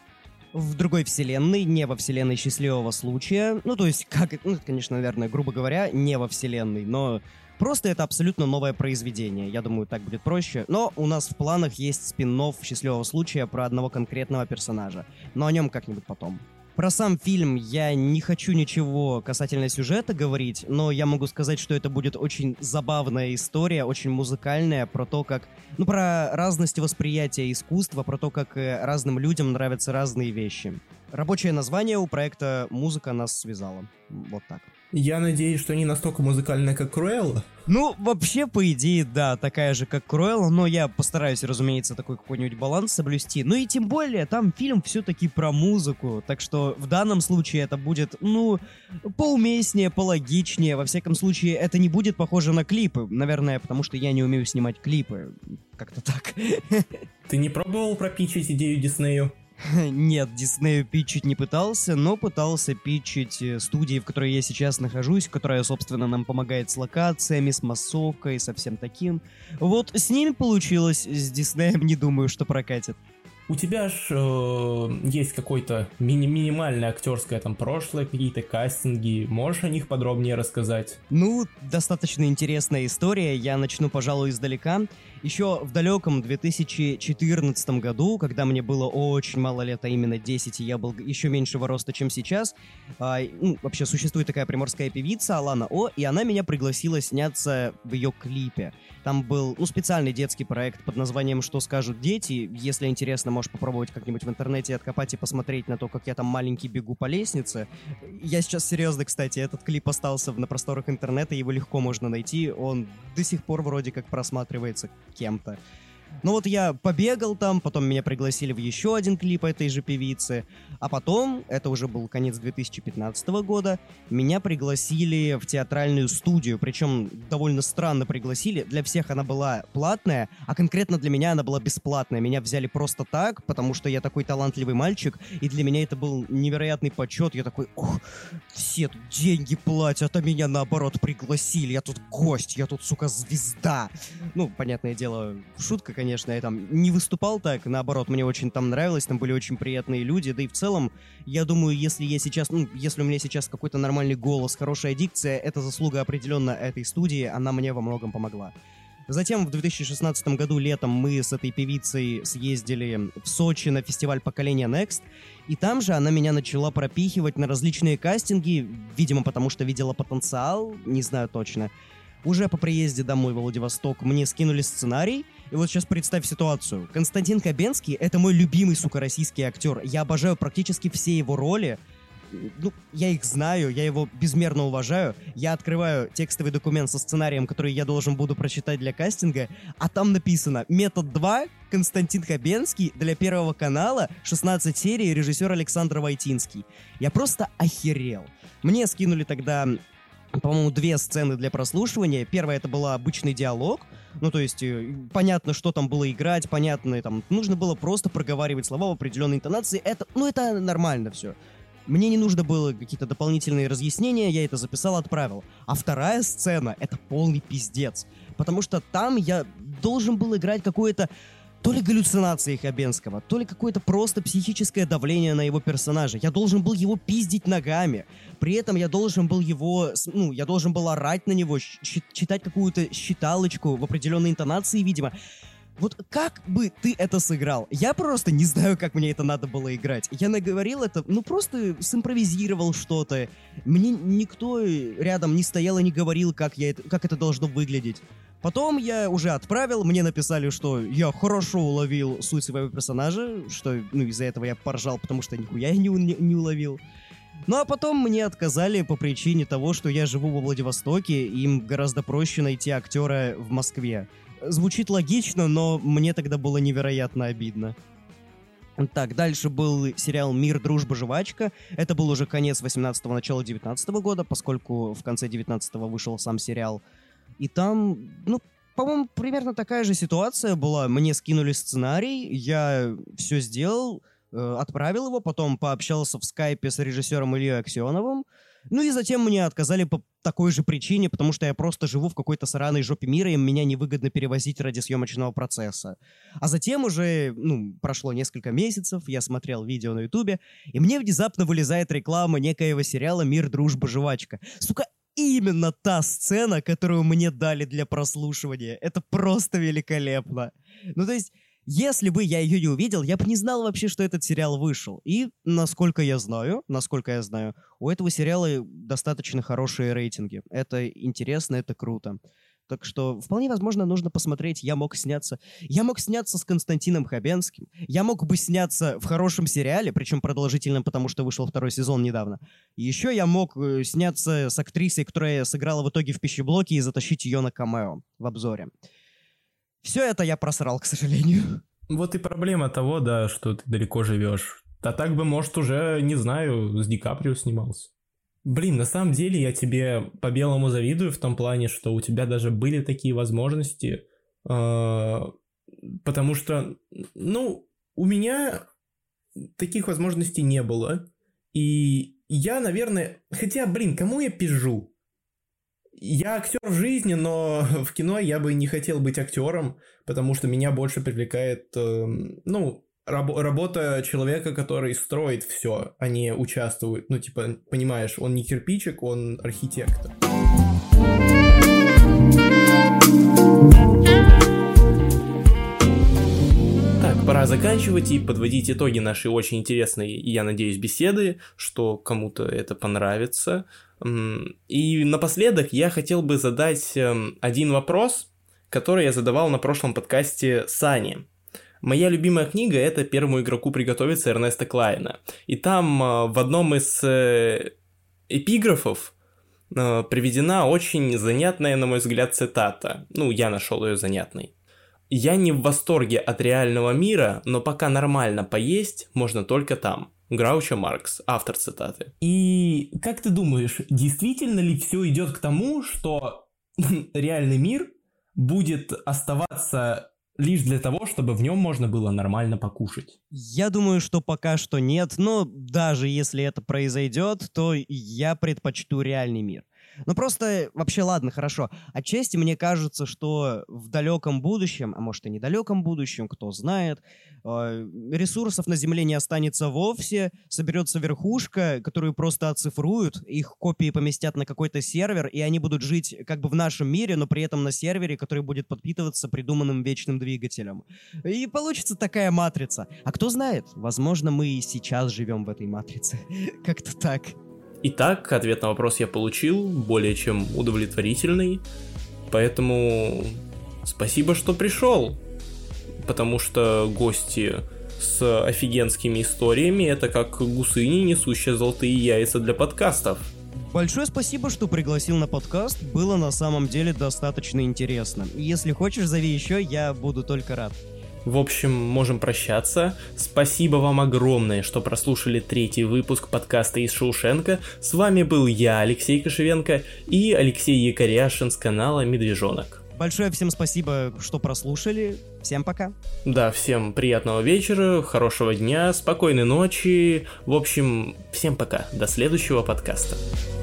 Speaker 3: в другой вселенной, не во вселенной «Счастливого случая». Ну, то есть, как, ну, конечно, наверное, грубо говоря, не во вселенной, но просто это абсолютно новое произведение. Я думаю, так будет проще. Но у нас в планах есть спин-офф «Счастливого случая» про одного конкретного персонажа. Но о нем как-нибудь потом. Про сам фильм я не хочу ничего касательно сюжета говорить, но я могу сказать, что это будет очень забавная история, очень музыкальная, про то, как... Ну, про разность восприятия искусства, про то, как разным людям нравятся разные вещи. Рабочее название у проекта «Музыка нас связала». Вот так.
Speaker 2: Я надеюсь, что не настолько музыкальная, как Круэлла.
Speaker 3: Ну, вообще, по идее, да, такая же, как Круэлла, но я постараюсь, разумеется, такой какой-нибудь баланс соблюсти. Ну и тем более, там фильм все-таки про музыку, так что в данном случае это будет, ну, поуместнее, пологичнее. Во всяком случае, это не будет похоже на клипы, наверное, потому что я не умею снимать клипы. Как-то так.
Speaker 2: Ты не пробовал пропичить идею Диснею?
Speaker 3: Нет, Диснею питчить не пытался, но пытался питчить студии, в которой я сейчас нахожусь, которая, собственно, нам помогает с локациями, с массовкой, со всем таким. Вот с ними получилось, с Диснеем не думаю, что прокатит.
Speaker 2: У тебя ж э, есть какое-то мини- минимальное актерское там прошлое, какие-то кастинги. Можешь о них подробнее рассказать?
Speaker 3: Ну, достаточно интересная история. Я начну, пожалуй, издалека. Еще в далеком две тысячи четырнадцатом году, когда мне было очень мало лет, а именно десять, и я был еще меньшего роста, чем сейчас, а, ну, вообще существует такая приморская певица Алана О, и она меня пригласила сняться в ее клипе. Там был, ну, специальный детский проект под названием «Что скажут дети?». Если интересно, можешь попробовать как-нибудь в интернете откопать и посмотреть на то, как я там маленький бегу по лестнице. Я сейчас серьезно, кстати, этот клип остался на просторах интернета, его легко можно найти, он до сих пор вроде как просматривается кем-то. Ну вот я побегал там, потом меня пригласили в еще один клип этой же певицы, а потом, это уже был конец две тысячи пятнадцатого года, меня пригласили в театральную студию, причем довольно странно пригласили, для всех она была платная, а конкретно для меня она была бесплатная, меня взяли просто так, потому что я такой талантливый мальчик, и для меня это был невероятный почет, я такой, ух, все тут деньги платят, а меня наоборот пригласили, я тут гость, я тут, сука, звезда. Ну, понятное дело, шутка, конечно, я там не выступал так, наоборот, мне очень там нравилось, там были очень приятные люди, да и в целом, я думаю, если я сейчас, ну, если у меня сейчас какой-то нормальный голос, хорошая дикция, это заслуга определенно этой студии, она мне во многом помогла. Затем в две тысячи шестнадцатом году летом мы с этой певицей съездили в Сочи на фестиваль «Поколение Next», и там же она меня начала пропихивать на различные кастинги, видимо, потому что видела потенциал, не знаю точно. Уже по приезде домой в Владивосток мне скинули сценарий, и вот сейчас представь ситуацию. Константин Хабенский — это мой любимый, сука, российский актер. Я обожаю практически все его роли. ну, я их знаю, я его безмерно уважаю. Я открываю текстовый документ со сценарием, который я должен буду прочитать для кастинга, а там написано «Метод два, Константин Хабенский, для Первого канала, шестнадцать серий, режиссер Александр Войтинский». Я просто охерел. Мне скинули тогда, по-моему, две сцены для прослушивания. Первая — это была обычный диалог. Ну, то есть, понятно, что там было играть, понятно, там, нужно было просто проговаривать слова в определенной интонации. Это, ну, это нормально все. Мне не нужно было какие-то дополнительные разъяснения, я это записал, отправил. А вторая сцена — это полный пиздец. Потому что там я должен был играть какое-то то ли галлюцинации Хабенского, то ли какое-то просто психическое давление на его персонажа. Я должен был его пиздить ногами. При этом я должен был его, ну, я должен был орать на него, читать какую-то считалочку в определенной интонации, видимо. Вот как бы ты это сыграл? Я просто не знаю, как мне это надо было играть. Я наговорил это, ну просто симпровизировал что-то. Мне никто рядом не стоял и не говорил, как, я это, как это должно выглядеть. Потом я уже отправил, мне написали, что я хорошо уловил суть своего персонажа, что, ну, из-за этого я поржал, потому что нихуя я не, не, не уловил. Ну а потом мне отказали по причине того, что я живу во Владивостоке, и им гораздо проще найти актера в Москве. Звучит логично, но мне тогда было невероятно обидно. Так, дальше был сериал «Мир, дружба, жвачка». Это был уже конец восемнадцатого, начало девятнадцатого года, поскольку в конце девятнадцатого вышел сам сериал. И там, ну, по-моему, примерно такая же ситуация была. Мне скинули сценарий, я все сделал, э, отправил его, потом пообщался в скайпе с режиссером Ильей Аксеновым. Ну и затем мне отказали по такой же причине, потому что я просто живу в какой-то сраной жопе мира, и меня невыгодно перевозить ради съемочного процесса. А затем уже, ну, прошло несколько месяцев, я смотрел видео на Ютубе, и мне внезапно вылезает реклама некоего сериала «Мир, дружба, жвачка». Сука, именно та сцена, которую мне дали для прослушивания. Это просто великолепно. Ну, то есть, если бы я ее не увидел, я бы не знал вообще, что этот сериал вышел. И, насколько я знаю, насколько я знаю, у этого сериала достаточно хорошие рейтинги. Это интересно, это круто. Так что, вполне возможно, нужно посмотреть. Я мог сняться... Я мог сняться с Константином Хабенским. Я мог бы сняться в хорошем сериале, причем продолжительном, потому что вышел второй сезон недавно. И еще я мог э, сняться с актрисой, которая сыграла в итоге в «Пищеблоке», и затащить ее на камео в обзоре. Все это я просрал, к сожалению.
Speaker 2: Вот и проблема того, да, что ты далеко живешь. А так бы, может, уже, не знаю, с Ди Каприо снимался. Блин, на самом деле я тебе по-белому завидую в том плане, что у тебя даже были такие возможности, э, потому что, ну, у меня таких возможностей не было. И я, наверное, хотя, блин, кому я пизжу? Я актер в жизни, но в кино я бы не хотел быть актером, потому что меня больше привлекает, э, ну, раб- работа человека, который строит все, а не участвует. Ну, типа, понимаешь, он не кирпичик, он архитектор. Так, пора заканчивать и подводить итоги нашей очень интересной, и я надеюсь, беседы, что кому-то это понравится. И напоследок я хотел бы задать один вопрос, который я задавал на прошлом подкасте Сане. Моя любимая книга — это «Первому игроку приготовиться» Эрнеста Клайна. И там в одном из эпиграфов приведена очень занятная, на мой взгляд, цитата. Ну, я нашел ее занятной. «Я не в восторге от реального мира, но пока нормально поесть можно только там». Граучо Маркс, автор цитаты. И как ты думаешь, действительно ли все идет к тому, что реальный мир будет оставаться лишь для того, чтобы в нем можно было нормально покушать?
Speaker 3: Я думаю, что пока что нет, но даже если это произойдет, то я предпочту реальный мир. Ну просто, вообще, ладно, хорошо. Отчасти мне кажется, что в далеком будущем, а может и недалеком будущем, кто знает, ресурсов на Земле не останется вовсе, соберется верхушка, которую просто оцифруют, их копии поместят на какой-то сервер, и они будут жить как бы в нашем мире, но при этом на сервере, который будет подпитываться придуманным вечным двигателем. И получится такая матрица. А кто знает, возможно, мы и сейчас живем в этой матрице. Как-то так.
Speaker 2: Итак, ответ на вопрос я получил, более чем удовлетворительный, поэтому спасибо, что пришел, потому что гости с офигенскими историями. Это как гусыни, несущие золотые яйца для подкастов.
Speaker 3: Большое спасибо, что пригласил на подкаст. Было на самом деле достаточно интересно. Если хочешь, зови еще, я буду только рад.
Speaker 2: В общем, можем прощаться. Спасибо вам огромное, что прослушали третий выпуск подкаста из Шоушенка. С вами был я, Алексей Кошевенко, и Алексей Якоряшин с канала Медвежонок.
Speaker 3: Большое всем спасибо, что прослушали. Всем пока.
Speaker 2: Да, всем приятного вечера, хорошего дня, спокойной ночи. В общем, всем пока. До следующего подкаста.